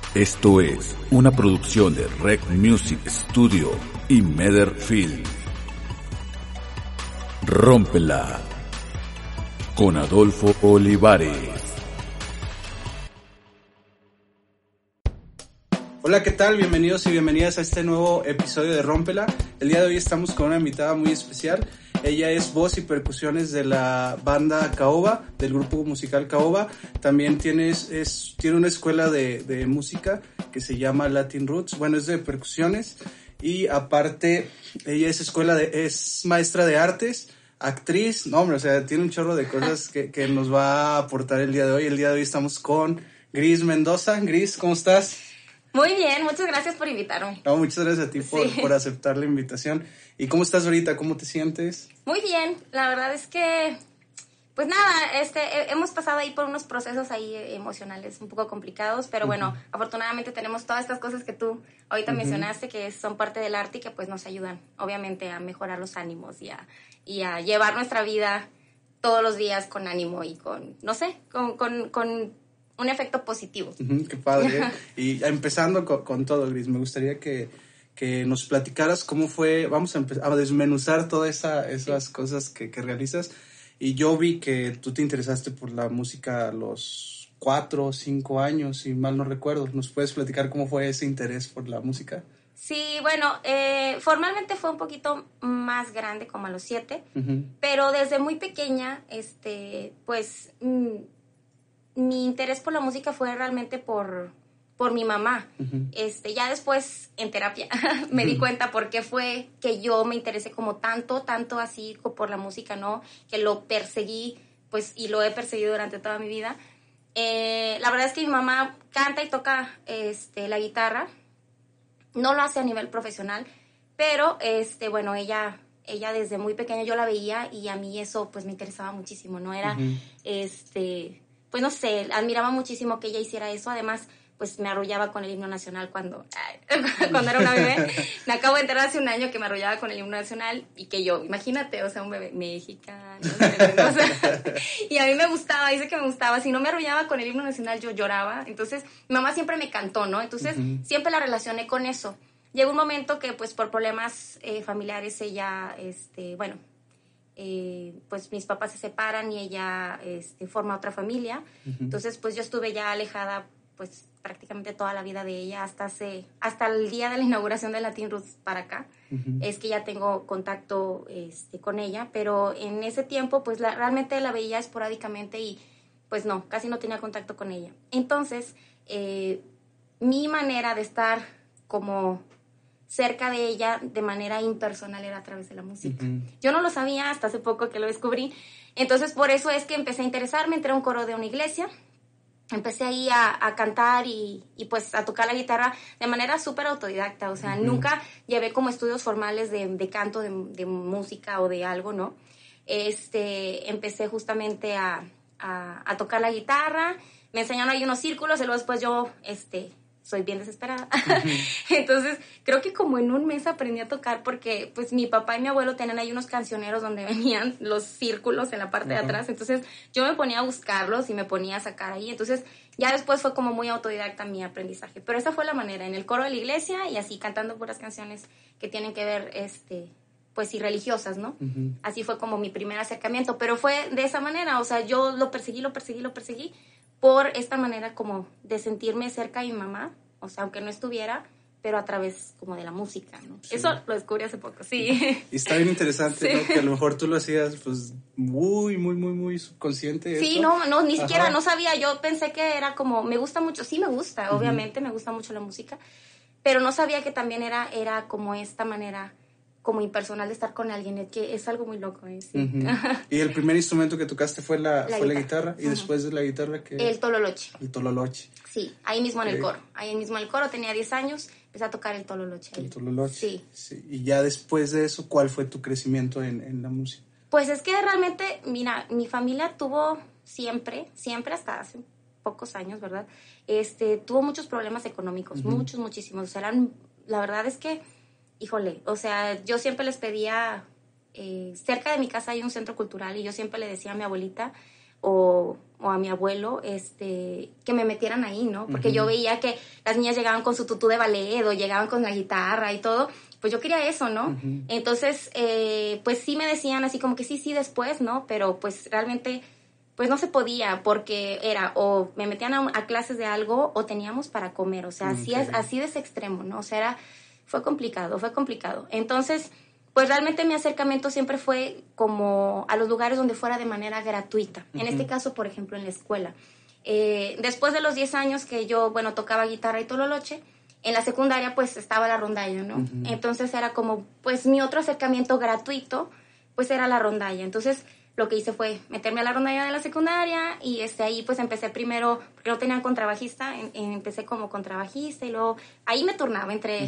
Esto es una producción de Rec Music Studio y Meder Film. Rómpela con Adolfo Olivares. Hola, ¿qué tal? Bienvenidos y bienvenidas a este nuevo episodio de Rómpela. El día de hoy estamos con una invitada muy especial. Ella es voz y percusiones de la banda Caoba, del grupo musical Caoba. También tiene una escuela de música que se llama Latin Roots. Bueno, es de percusiones. Y aparte, ella es maestra de artes, actriz. No, hombre, o sea, tiene un chorro de cosas que nos va a aportar el día de hoy. El día de hoy estamos con Gris Mendoza. Gris, ¿cómo estás? Muy bien, muchas gracias por invitarme. No, muchas gracias a ti por aceptar la invitación. ¿Y cómo estás ahorita? ¿Cómo te sientes? Muy bien, la verdad es que, pues nada, hemos pasado ahí por unos procesos ahí emocionales un poco complicados, pero bueno, afortunadamente tenemos todas estas cosas que tú ahorita mencionaste, que son parte del arte y que pues nos ayudan, obviamente, a mejorar los ánimos y a llevar nuestra vida todos los días con ánimo y con, no sé, con un efecto positivo. Qué padre, ¿eh? Y empezando con todo, Gris, me gustaría que nos platicaras cómo fue. Vamos a empezar a desmenuzar todas esas cosas que realizas. Y yo vi que tú te interesaste por la música a los 4 o 5 años, si mal no recuerdo. ¿Nos puedes platicar cómo fue ese interés por la música? Sí, bueno, formalmente fue un poquito más grande, como a los 7, pero desde muy pequeña, pues mi interés por la música fue realmente por mi mamá. Ya después en terapia me di cuenta por qué fue que yo me interesé como tanto así por la música, ¿no? Que lo perseguí, pues, y lo he perseguido durante toda mi vida. La verdad es que mi mamá canta y toca la guitarra. No lo hace a nivel profesional, pero bueno, ella desde muy pequeña yo la veía y a mí eso pues me interesaba muchísimo, ¿no? Era pues no sé, admiraba muchísimo que ella hiciera eso. Además, pues me arrullaba con el himno nacional cuando era una bebé. Me acabo de enterar hace un año que me arrullaba con el himno nacional y que yo, imagínate, o sea, un bebé mexicano. O sea, y a mí me gustaba, dice que me gustaba. Si no me arrullaba con el himno nacional, yo lloraba. Entonces, mi mamá siempre me cantó, ¿no? Entonces, siempre la relacioné con eso. Llegó un momento que, pues, por problemas familiares, ella, pues mis papás se separan y ella forma otra familia. Entonces, pues yo estuve ya alejada, pues prácticamente toda la vida de ella hasta el día de la inauguración de Latin Roots para acá. Es que ya tengo contacto con ella, pero en ese tiempo, pues realmente la veía esporádicamente y pues no, casi no tenía contacto con ella. Entonces, mi manera de estar como cerca de ella de manera impersonal era a través de la música. Yo no lo sabía hasta hace poco que lo descubrí. Entonces, por eso es que empecé a interesarme. Entré a un coro de una iglesia. Empecé ahí a cantar y pues a tocar la guitarra de manera súper autodidacta. O sea, nunca llevé como estudios formales de canto, de música o de algo, ¿no? Empecé justamente a tocar la guitarra. Me enseñaron ahí unos círculos y luego después yo, soy bien desesperada. Entonces, creo que como en un mes aprendí a tocar porque pues mi papá y mi abuelo tenían ahí unos cancioneros donde venían los círculos en la parte de atrás. Entonces, yo me ponía a buscarlos y me ponía a sacar ahí. Entonces, ya después fue como muy autodidacta mi aprendizaje. Pero esa fue la manera, en el coro de la iglesia y así cantando puras canciones que tienen que ver, pues, y religiosas, ¿no? Así fue como mi primer acercamiento. Pero fue de esa manera, o sea, yo lo perseguí por esta manera como de sentirme cerca de mi mamá, o sea, aunque no estuviera, pero a través como de la música, ¿no? Sí. Eso lo descubrí hace poco, sí. Y está bien interesante, ¿no? Que a lo mejor tú lo hacías, pues, muy subconsciente. Sí, eso. no, ni siquiera, no sabía. Yo pensé que era como, me gusta mucho, sí me gusta, obviamente, me gusta mucho la música, pero no sabía que también era como esta manera como impersonal de estar con alguien, que es algo muy loco, sí. Y el primer instrumento que tocaste fue la guitarra, y después de la guitarra, ¿qué? El tololoche. El tololoche. Sí, ahí mismo en el coro. Ahí mismo en el coro, tenía 10 años, empecé a tocar el tololoche. El tololoche. Sí. Y ya después de eso, ¿cuál fue tu crecimiento en la música? Pues es que realmente, mira, mi familia tuvo siempre hasta hace pocos años, ¿verdad? Tuvo muchos problemas económicos, muchísimos. O sea, la verdad es que, híjole, o sea, yo siempre les pedía, cerca de mi casa hay un centro cultural y yo siempre le decía a mi abuelita, o o a mi abuelo, que me metieran ahí, ¿no? Porque yo veía que las niñas llegaban con su tutú de ballet o llegaban con la guitarra y todo, pues yo quería eso, ¿no? Entonces, pues sí me decían así como que sí, después, ¿no? Pero pues realmente, pues no se podía, porque era o me metían a clases de algo o teníamos para comer, o sea, así de ese extremo, ¿no? O sea, fue complicado. Entonces, pues realmente mi acercamiento siempre fue como a los lugares donde fuera de manera gratuita. En este caso, por ejemplo, en la escuela. Después de los 10 años que yo, bueno, tocaba guitarra y tololoche, en la secundaria pues estaba la rondalla, ¿no? Entonces era como, pues mi otro acercamiento gratuito, pues era la rondalla. Entonces lo que hice fue meterme a la rondalla de la secundaria y ahí pues empecé primero, porque no tenían contrabajista, empecé como contrabajista y luego ahí me turnaba entre,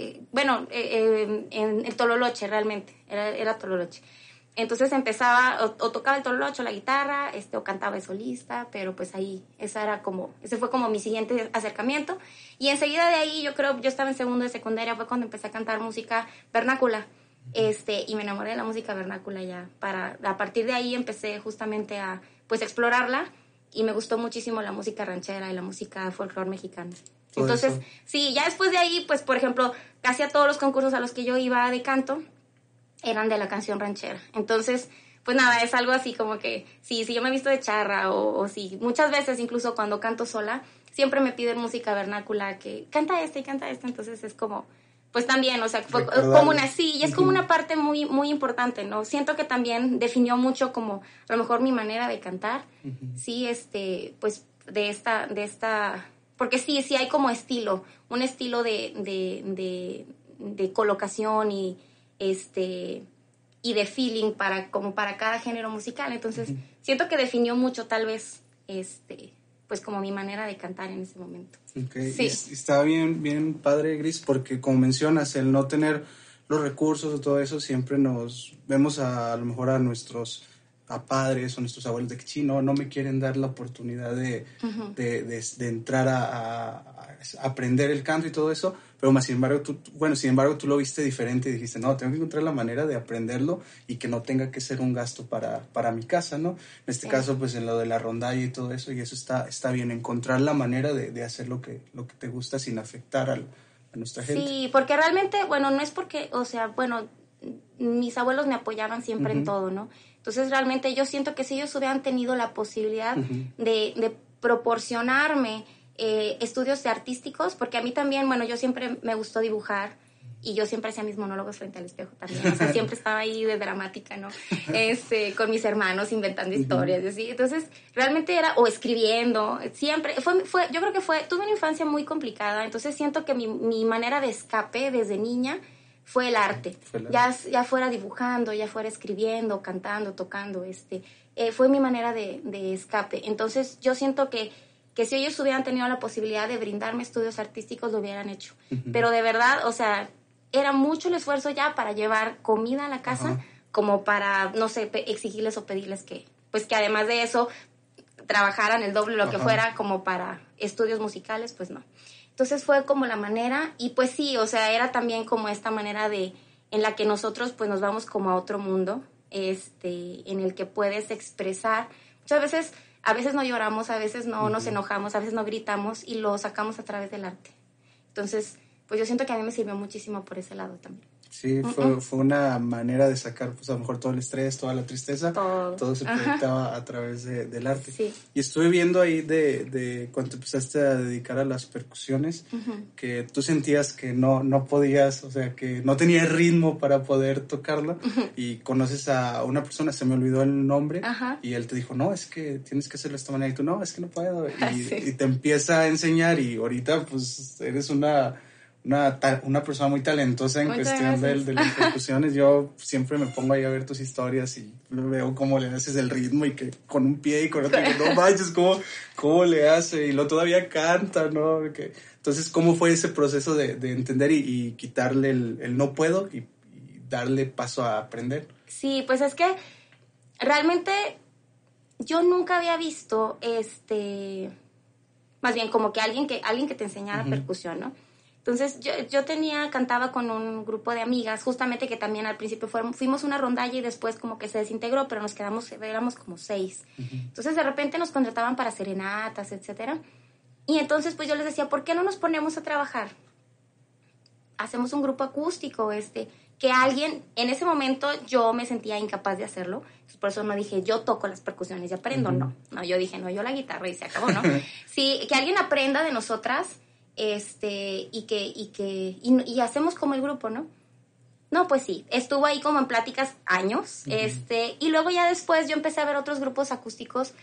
en el tololoche realmente, era tololoche. Entonces empezaba, o tocaba el tololoche o la guitarra, o cantaba de solista, pero pues ahí, ese fue como mi siguiente acercamiento. Y enseguida de ahí, yo estaba en segundo de secundaria, fue cuando empecé a cantar música vernácula. Y me enamoré de la música vernácula ya. A partir de ahí empecé justamente a, pues, explorarla y me gustó muchísimo la música ranchera y la música folclore mexicana. Entonces, sí, ya después de ahí, pues, por ejemplo, casi a todos los concursos a los que yo iba de canto eran de la canción ranchera. Entonces, pues nada, es algo así como que, si yo me he visto de charra o si muchas veces, incluso cuando canto sola, siempre me piden música vernácula que canta y canta entonces es como, pues también, o sea, fue como y es como una parte muy, muy importante, ¿no? Siento que también definió mucho como a lo mejor mi manera de cantar, sí, pues de esta, porque sí hay como un estilo de colocación y de feeling para cada género musical. Entonces, siento que definió mucho tal vez, pues como mi manera de cantar en ese momento. Okay. Sí. Y está bien padre, Gris, porque como mencionas, el no tener los recursos o todo eso, siempre nos vemos a lo mejor a nuestros padres o nuestros abuelos de que sí, no me quieren dar la oportunidad de entrar a aprender el canto y todo eso, pero sin embargo tú lo viste diferente y dijiste, no, tengo que encontrar la manera de aprenderlo y que no tenga que ser un gasto para mi casa, ¿no? En este caso, pues en lo de la rondalla y todo eso, y eso está bien, encontrar la manera de hacer lo que te gusta sin afectar a nuestra gente. Sí, porque realmente, bueno, no es porque, o sea, bueno, mis abuelos me apoyaban siempre en todo, ¿no? Entonces realmente yo siento que si ellos hubieran tenido la posibilidad de proporcionarme estudios de artísticos, porque a mí también, bueno, yo siempre me gustó dibujar y yo siempre hacía mis monólogos frente al espejo también, o sea, siempre estaba ahí de dramática, ¿no? Con mis hermanos inventando historias y así, entonces realmente era, o escribiendo, siempre, yo creo que tuve una infancia muy complicada, entonces siento que mi manera de escape desde niña fue el arte, ya fuera dibujando, ya fuera escribiendo, cantando, tocando, fue mi manera de escape. Entonces yo siento que si ellos hubieran tenido la posibilidad de brindarme estudios artísticos, lo hubieran hecho. Pero de verdad, o sea, era mucho el esfuerzo ya para llevar comida a la casa, como para, no sé, exigirles o pedirles que además de eso, trabajaran el doble, lo que fuera, como para estudios musicales, pues no. Entonces fue como la manera, y pues sí, o sea, era también como esta manera en la que nosotros pues nos vamos como a otro mundo, en el que puedes expresar. Muchas veces, a veces no lloramos, a veces no nos enojamos, a veces no gritamos y lo sacamos a través del arte. Entonces, pues yo siento que a mí me sirvió muchísimo por ese lado también. Sí, fue una manera de sacar, pues a lo mejor todo el estrés, toda la tristeza, todo se proyectaba a través del arte. Sí. Y estuve viendo ahí de cuando empezaste a dedicar a las percusiones, que tú sentías que no podías, o sea, que no tenías ritmo para poder tocarlo, y conoces a una persona, se me olvidó el nombre, y él te dijo, no, es que tienes que hacerlo de esta manera, y tú, no, es que no puedo, y te empieza a enseñar, y ahorita pues eres una persona muy talentosa en cuestión de las percusiones. Yo siempre me pongo ahí a ver tus historias y veo cómo le haces el ritmo y que con un pie y con otro, que no manches, cómo le hace, y lo todavía canta, ¿no? Entonces, ¿cómo fue ese proceso de entender y quitarle el no puedo y darle paso a aprender? Sí, pues es que realmente yo nunca había visto más bien como que alguien que te enseñara percusión, ¿no? Entonces yo cantaba con un grupo de amigas, justamente que también al principio fuimos una rondalla y después como que se desintegró, pero éramos como 6. Entonces de repente nos contrataban para serenatas, etcétera. Y entonces pues yo les decía, ¿por qué no nos ponemos a trabajar? Hacemos un grupo acústico, que alguien, en ese momento yo me sentía incapaz de hacerlo, por eso no dije, yo toco las percusiones y aprendo, no, yo dije, no, yo la guitarra y se acabó, ¿no? Sí, que alguien aprenda de nosotras, y hacemos como el grupo, ¿no? No, pues sí, estuvo ahí como en pláticas años, y luego ya después yo empecé a ver otros grupos acústicos,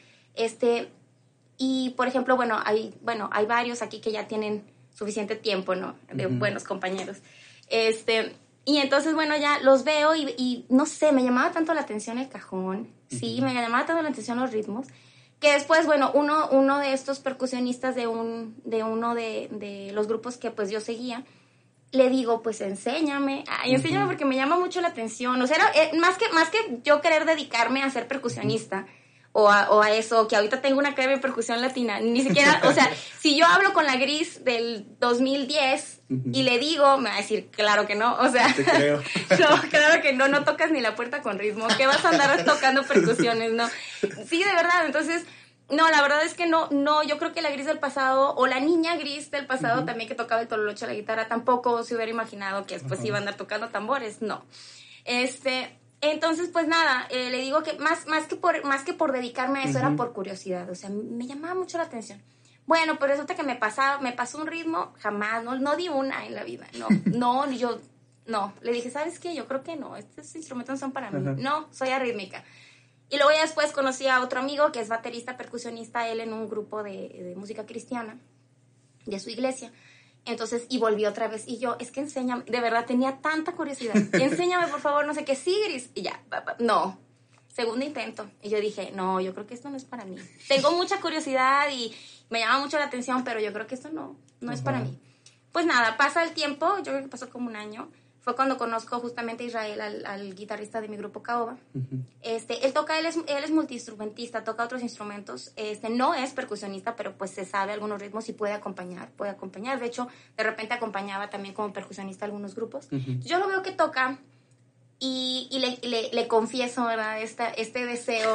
y por ejemplo, hay varios aquí que ya tienen suficiente tiempo, ¿no? De buenos compañeros, y entonces, ya los veo y no sé, me llamaba tanto la atención el cajón, sí, me llamaba tanto la atención los ritmos, que después, uno de estos percusionistas de uno de los grupos que pues yo seguía, le digo, pues enséñame porque me llama mucho la atención, o sea, más que yo querer dedicarme a ser percusionista, o a eso, que ahorita tengo una carrera de percusión latina, ni siquiera, o sea, si yo hablo con la Gris del 2010 y le digo, me va a decir, claro que no, o sea, te creo. No, claro que no tocas ni la puerta con ritmo, ¿qué vas a andar tocando percusiones? No, sí, de verdad, entonces, no, la verdad es que no, yo creo que la Gris del pasado, o la niña Gris del pasado también que tocaba el tololoche, la guitarra, tampoco se hubiera imaginado que después iba a andar tocando tambores, no, entonces, pues nada, le digo que más que por dedicarme a eso, era por curiosidad, o sea, me llamaba mucho la atención. Bueno, pero resulta que me pasó un ritmo, jamás, no di una en la vida, no, le dije, ¿sabes qué? Yo creo que no, estos instrumentos no son para mí, no, soy arrítmica. Y luego ya después conocí a otro amigo que es baterista, percusionista, él en un grupo de música cristiana, de su iglesia. Entonces, y volví otra vez, y yo, es que enséñame, de verdad, tenía tanta curiosidad, enséñame por favor, no sé qué, sí, Gris, y ya, no, segundo intento, y yo dije, no, yo creo que esto no es para mí, tengo mucha curiosidad y me llama mucho la atención, pero yo creo que esto no es para mí. Pues nada, pasa el tiempo, yo creo que pasó como un año, fue cuando conozco justamente a Israel, al guitarrista de mi grupo Caoba. Él es multiinstrumentista, toca otros instrumentos, no es percusionista, pero pues se sabe algunos ritmos y puede acompañar. De hecho, de repente acompañaba también como percusionista algunos grupos. Yo lo veo que toca y le confieso, ¿verdad? Este deseo,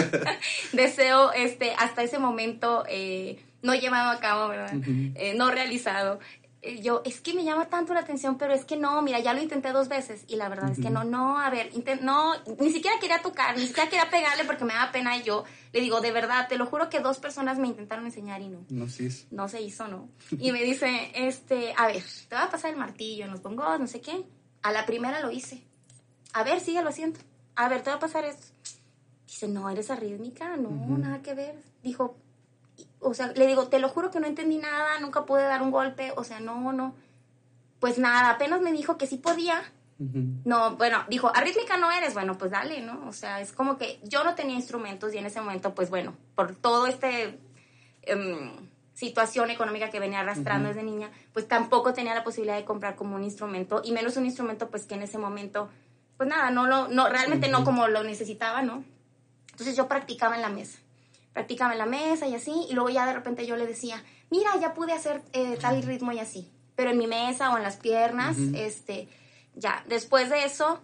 hasta ese momento no llevado a cabo, ¿verdad? No realizado. Yo, es que me llama tanto la atención, pero es que no, mira, ya lo intenté 2 veces y la verdad es que ni siquiera quería tocar, ni siquiera quería pegarle porque me daba pena, y yo le digo, de verdad, te lo juro que 2 personas me intentaron enseñar y no se hizo, ¿no? Y me dice, a ver, te voy a pasar el martillo en los bongos, no sé qué, a la primera lo hice, a ver, síguelo haciendo, a ver, te voy a pasar esto. Dice, no, ¿eres arrítmica? No, nada que ver. Dijo, o sea, le digo, te lo juro que no entendí nada, nunca pude dar un golpe, o sea, no. Pues nada, apenas me dijo que sí podía. No, bueno, dijo, arrítmica no eres, bueno, pues dale, ¿no? O sea, es como que yo no tenía instrumentos y en ese momento, pues bueno, por todo situación económica que venía arrastrando desde niña, pues tampoco tenía la posibilidad de comprar como un instrumento, y menos un instrumento, pues que en ese momento, pues nada, realmente no como lo necesitaba, ¿no? Entonces yo practicaba en la mesa y así, y luego ya de repente yo le decía, mira, ya pude hacer tal ritmo y así, pero en mi mesa o en las piernas, ya, después de eso,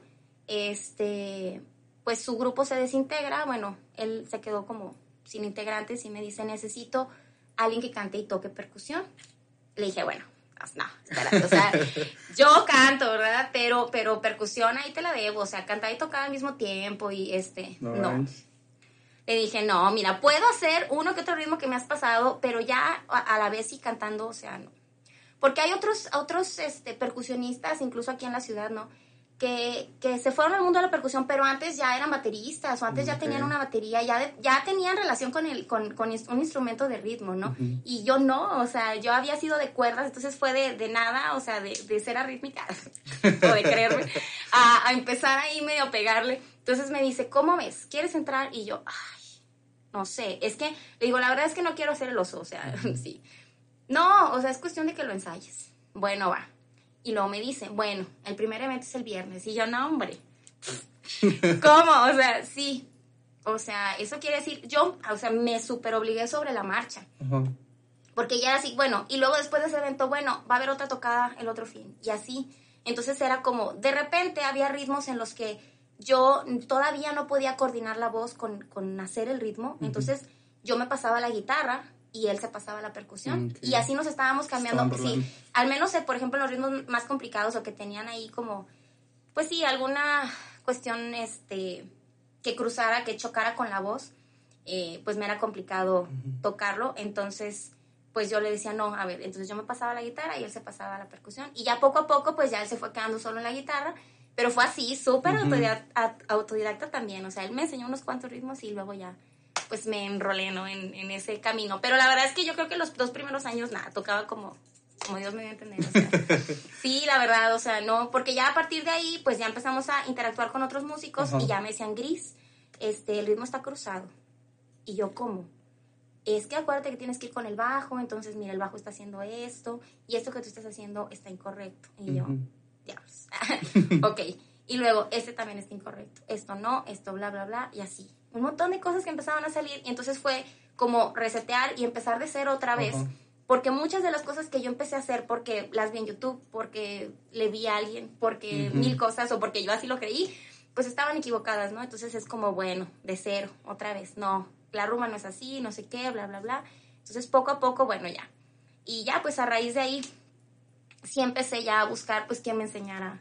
pues su grupo se desintegra, bueno, él se quedó como sin integrantes y me dice, necesito alguien que cante y toque percusión. Le dije, bueno, pues no, espérate, o sea, yo canto, ¿verdad? Pero percusión ahí te la debo, o sea, cantar y tocar al mismo tiempo y no. Le dije, no, mira, puedo hacer uno que otro ritmo que me has pasado, pero ya a la vez y cantando, o sea, no. Porque hay otros percusionistas, incluso aquí en la ciudad, ¿no? Que se fueron al mundo de la percusión, pero antes ya eran bateristas, o antes ya tenían una batería, ya tenían relación con un instrumento de ritmo, ¿no? Y yo no, o sea, yo había sido de cuerdas, entonces fue de nada, o sea, de ser arrítmica, o de creerme, a empezar ahí medio a pegarle. Entonces me dice, ¿cómo ves? ¿Quieres entrar? Y yo, no sé, es que, le digo, la verdad es que no quiero hacer el oso, o sea, sí. No, o sea, es cuestión de que lo ensayes. Bueno, va. Y luego me dice, bueno, el primer evento es el viernes. Y yo, no, hombre. ¿Cómo? O sea, sí. O sea, eso quiere decir, yo, o sea, me súper obligué sobre la marcha. Porque ya era así, bueno, y luego después de ese evento, bueno, va a haber otra tocada el otro fin, y así. Entonces era como, de repente había ritmos en los que yo todavía no podía coordinar la voz con hacer el ritmo, entonces yo me pasaba la guitarra y él se pasaba la percusión, y así nos estábamos cambiando, sí, al menos, por ejemplo, los ritmos más complicados o que tenían ahí como, pues sí, alguna cuestión que cruzara, que chocara con la voz, pues me era complicado tocarlo, entonces pues yo le decía, no, a ver, entonces yo me pasaba la guitarra y él se pasaba la percusión, y ya poco a poco pues ya él se fue quedando solo en la guitarra, pero fue así, súper autodidacta también, o sea, él me enseñó unos cuantos ritmos y luego ya pues me enrolé, ¿no? en ese camino, pero la verdad es que yo creo que los 2 primeros años, nada, tocaba como Dios me dio a entender, o sea, sí, la verdad, o sea, no, porque ya a partir de ahí, pues ya empezamos a interactuar con otros músicos y ya me decían, Gris, el ritmo está cruzado, y yo, ¿cómo? Es que acuérdate que tienes que ir con el bajo, entonces mira, el bajo está haciendo esto, y esto que tú estás haciendo está incorrecto. Y yo, diablos, ok. Y luego, también está incorrecto, esto no, esto bla, bla, bla, y así. Un montón de cosas que empezaban a salir, y entonces fue como resetear y empezar de cero otra vez, porque muchas de las cosas que yo empecé a hacer, porque las vi en YouTube, porque le vi a alguien, porque mil cosas, o porque yo así lo creí, pues estaban equivocadas, ¿no? Entonces es como, bueno, de cero, otra vez, no, la rumba no es así, no sé qué, bla, bla, bla. Entonces, poco a poco, bueno, ya. Y ya, pues, a raíz de ahí, sí empecé ya a buscar, pues, quién me enseñara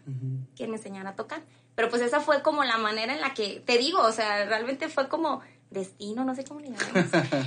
a tocar. Pero, pues, esa fue como la manera en la que, te digo, o sea, realmente fue como destino, no sé cómo le llamamos.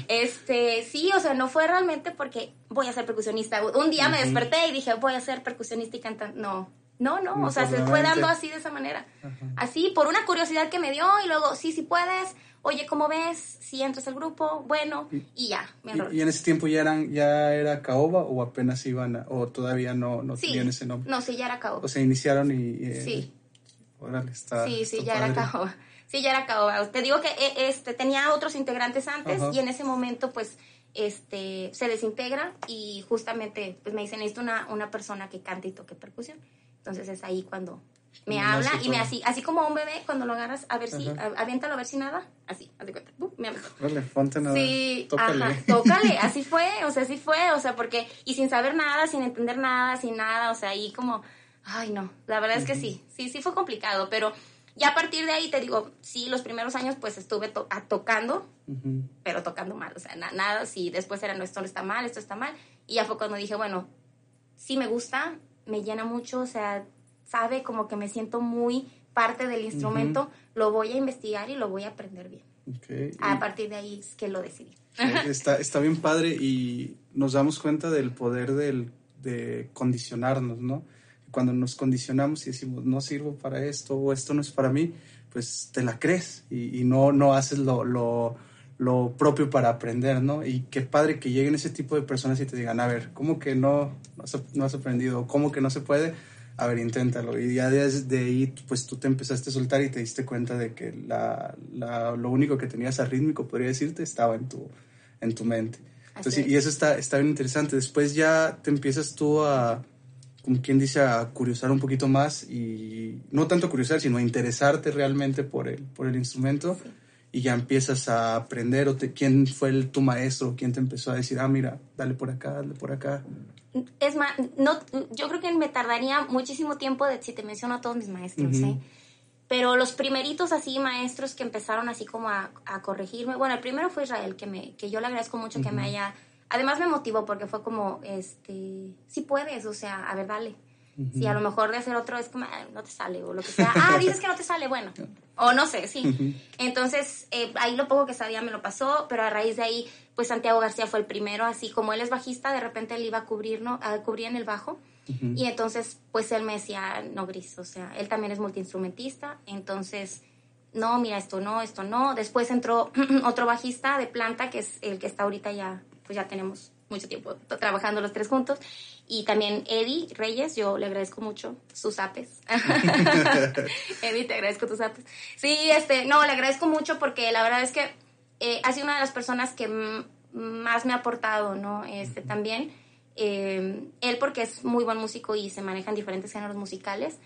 Sí, o sea, no fue realmente porque voy a ser percusionista. Un día me desperté y dije, voy a ser percusionista y cantante. No, o sea, se fue dando así de esa manera. Así, por una curiosidad que me dio, y luego, sí puedes. Oye, ¿cómo ves? Si entras al grupo, bueno, y ya, me enrolé. ¿Y en ese tiempo ya era Caoba o apenas iban, o todavía no sí, tenían ese nombre? No, sí, ya era Caoba. O sea, iniciaron y... sí. Órale, está ya padre. Era Caoba. Sí, ya era Caoba. Te digo que tenía otros integrantes antes, y en ese momento, pues, se desintegra, y justamente, pues, me dicen, necesito una persona que cante y toque percusión. Entonces es ahí cuando me habla y me así como un bebé cuando lo agarras a ver si aviéntalo a ver si nada, así, haz de cuenta, me aventó. Vale, ponte nada. Sí, tócale. Tócale, así fue, o sea, porque y sin saber nada, sin entender nada, sin nada, o sea, ahí como ay, no, la verdad es que sí fue complicado, pero ya a partir de ahí te digo, sí, los primeros años pues estuve tocando, pero tocando mal, o sea, nada, sí, después era no, esto no está mal, esto está mal, y ya fue cuando dije, bueno, sí me gusta, me llena mucho, o sea, sabe, como que me siento muy parte del instrumento, lo voy a investigar y lo voy a aprender bien. Okay. A partir de ahí es que lo decidí. Está bien padre, y nos damos cuenta del poder de condicionarnos, ¿no? Cuando nos condicionamos y decimos, no sirvo para esto, o esto no es para mí, pues te la crees y no haces lo propio para aprender, ¿no? Y qué padre que lleguen ese tipo de personas y te digan, a ver, ¿cómo que no has aprendido? ¿Cómo que no se puede? A ver, inténtalo. Y ya desde ahí, pues tú te empezaste a soltar y te diste cuenta de que lo único que tenías arrítmico, podría decirte, estaba en tu mente. Entonces, y eso está bien interesante. Después ya te empiezas tú a, como quien dice, a curiosar un poquito más, y no tanto curiosar, sino a interesarte realmente por el instrumento. Sí. Y ya empiezas a aprender, ¿quién fue tu maestro? ¿Quién te empezó a decir, mira, dale por acá, dale por acá? Es más, no, yo creo que me tardaría muchísimo tiempo si te menciono a todos mis maestros, Pero los primeritos así maestros que empezaron así como a corregirme, bueno, el primero fue Israel, que yo le agradezco mucho que me haya, además me motivó porque fue como, sí puedes, o sea, a ver, dale. Si a lo mejor de hacer otro es como, no te sale, o lo que sea. Dices que no te sale, bueno. O no sé, sí. Entonces, ahí lo poco que sabía me lo pasó, pero a raíz de ahí, pues Santiago García fue el primero, así como él es bajista, de repente él iba a cubrir en el bajo. Y entonces, pues él me decía, no, Gris, o sea, él también es multiinstrumentista, entonces, no, mira, esto no. Después entró otro bajista de planta, que es el que está ahorita ya, pues ya tenemos mucho tiempo trabajando los tres juntos. Y también Eddie Reyes, yo le agradezco mucho sus apes. Eddie, te agradezco tus apes. Sí, no, le agradezco mucho porque la verdad es que ha sido una de las personas que más me ha aportado, ¿no? También, él porque es muy buen músico y se maneja en diferentes géneros musicales,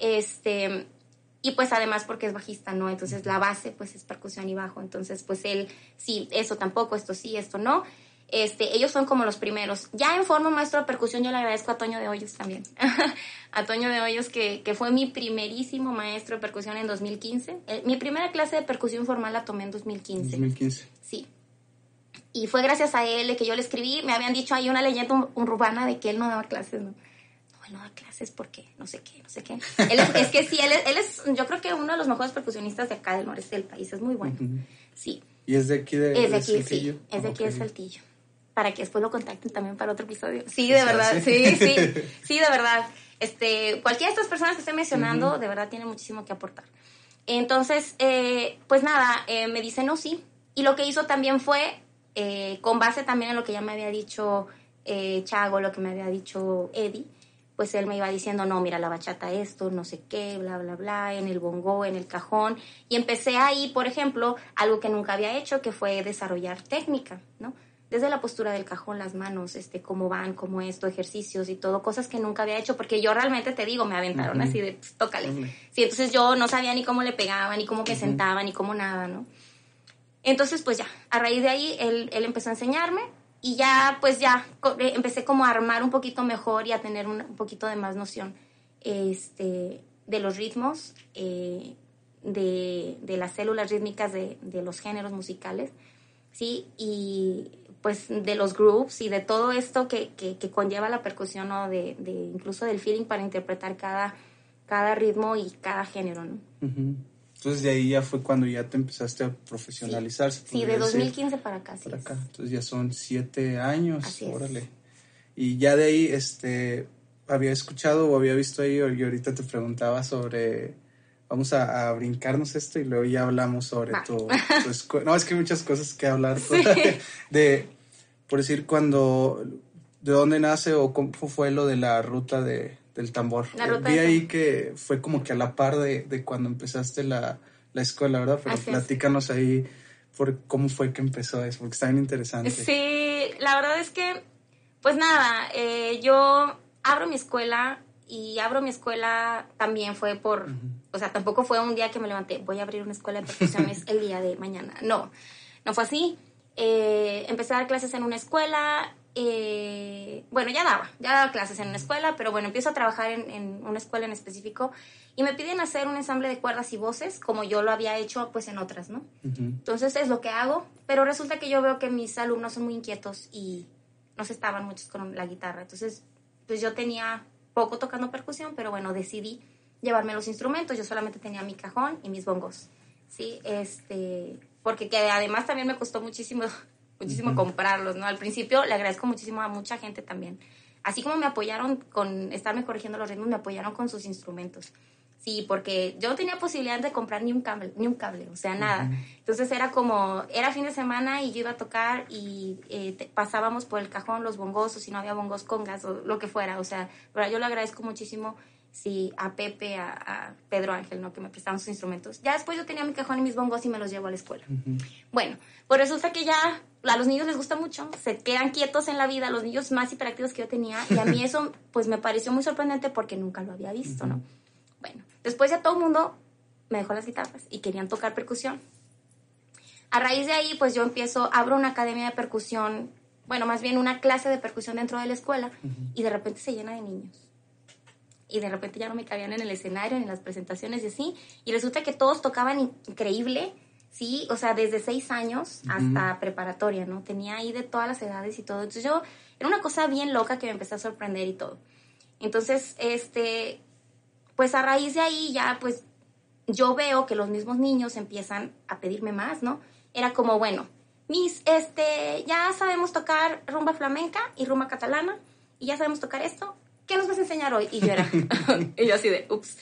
y pues además porque es bajista, ¿no? Entonces la base pues es percusión y bajo, entonces pues él, sí, eso tampoco, esto sí, esto no. Ellos fueron como los primeros. Ya en forma maestro de percusión yo le agradezco a Toño de Hoyos también. A Toño de Hoyos que fue mi primerísimo maestro de percusión en 2015. Mi primera clase de percusión formal la tomé en 2015. 2015. Sí. Y fue gracias a él que yo le escribí. Me habían dicho ahí una leyenda urbana de que él no daba clases, ¿no? No, él no da clases porque no sé qué. Es que sí, él es, yo creo que uno de los mejores percusionistas de acá del noreste del país. Es muy bueno. Uh-huh. Sí. ¿Y es de aquí de Saltillo? Sí, es de aquí de Saltillo. Para que después lo contacten también para otro episodio. Sí, de verdad, sí, de verdad. Cualquiera de estas personas que estoy mencionando, de verdad tiene muchísimo que aportar. Entonces, pues nada, me dice no, sí. Y lo que hizo también fue, con base también en lo que ya me había dicho Chago, lo que me había dicho Eddie, pues él me iba diciendo, no, mira, la bachata esto, no sé qué, bla, bla, bla, en el bongo, en el cajón. Y empecé ahí, por ejemplo, algo que nunca había hecho, que fue desarrollar técnica, ¿no? Desde la postura del cajón, las manos, cómo van, cómo esto, ejercicios y todo, cosas que nunca había hecho, porque yo realmente te digo, me aventaron así de, pues, tócale. Sí, entonces yo no sabía ni cómo le pegaba, ni cómo me sentaba, ni cómo nada, ¿no? Entonces, pues ya, a raíz de ahí, él empezó a enseñarme y ya, pues ya, empecé como a armar un poquito mejor y a tener un poquito de más noción, de los ritmos, de las células rítmicas de los géneros musicales, ¿sí? Y pues de los grooves y de todo esto que conlleva la percusión, ¿no? De incluso del feeling para interpretar cada ritmo y cada género, ¿no? Uh-huh. Entonces de ahí ya fue cuando ya te empezaste a profesionalizar. Sí, de 2015 para acá. Para acá. Entonces ya son 7 años. Así órale. Es. Y ya de ahí, había escuchado o había visto ahí, y ahorita te preguntaba sobre, vamos a brincarnos esto y luego ya hablamos sobre tu escuela. No, es que hay muchas cosas que hablar. Sí. Por decir, de dónde nace o cómo fue lo de la ruta del tambor. Vi ahí que fue como que a la par de cuando empezaste la escuela, ¿verdad? Pero así platícanos ahí por cómo fue que empezó eso, porque está bien interesante. Sí, la verdad es que, pues nada, yo abro mi escuela también fue por, o sea, tampoco fue un día que me levanté, voy a abrir una escuela de percusiones el día de mañana. No fue así. Empecé a dar clases en una escuela. Bueno, ya daba clases en una escuela, pero bueno, empiezo a trabajar en una escuela en específico y me piden hacer un ensamble de cuerdas y voces como yo lo había hecho pues en otras, ¿no? Uh-huh. Entonces es lo que hago, pero resulta que yo veo que mis alumnos son muy inquietos y no se estaban muchos con la guitarra, entonces pues yo tenía poco tocando percusión, pero bueno, decidí llevarme los instrumentos. Yo solamente tenía mi cajón y mis bongos, ¿sí? Porque que además también me costó muchísimo uh-huh. comprarlos, ¿no? Al principio le agradezco muchísimo a mucha gente también. Así como me apoyaron con estarme corrigiendo los ritmos, me apoyaron con sus instrumentos. Sí, porque yo no tenía posibilidad de comprar ni un cable, o sea, nada. Uh-huh. Entonces era fin de semana y yo iba a tocar y pasábamos por el cajón los bongos, o si no había bongos, congas, o lo que fuera. O sea, pero yo le agradezco muchísimo, sí, a Pepe, a Pedro Ángel, ¿no? Que me prestaban sus instrumentos. Ya después yo tenía mi cajón y mis bongos y me los llevo a la escuela. Uh-huh. Bueno, pues resulta que ya a los niños les gusta mucho, se quedan quietos en la vida, los niños más hiperactivos que yo tenía, y a mí eso pues me pareció muy sorprendente porque nunca lo había visto, ¿no? Bueno, después ya todo el mundo me dejó las guitarras y querían tocar percusión. A raíz de ahí, pues yo abro una academia de percusión, bueno, más bien una clase de percusión dentro de la escuela, uh-huh. y de repente se llena de niños. Y de repente ya no me cabían en el escenario, en las presentaciones y así, y resulta que todos tocaban increíble, sí, o sea, desde 6 años hasta preparatoria, ¿no? Tenía ahí de todas las edades y todo. Entonces era una cosa bien loca que me empezó a sorprender y todo. Entonces, pues a raíz de ahí ya, pues, yo veo que los mismos niños empiezan a pedirme más, ¿no? Era como, bueno, ya sabemos tocar rumba flamenca y rumba catalana, y ya sabemos tocar esto, ¿qué nos vas a enseñar hoy? Y yo así de, ups,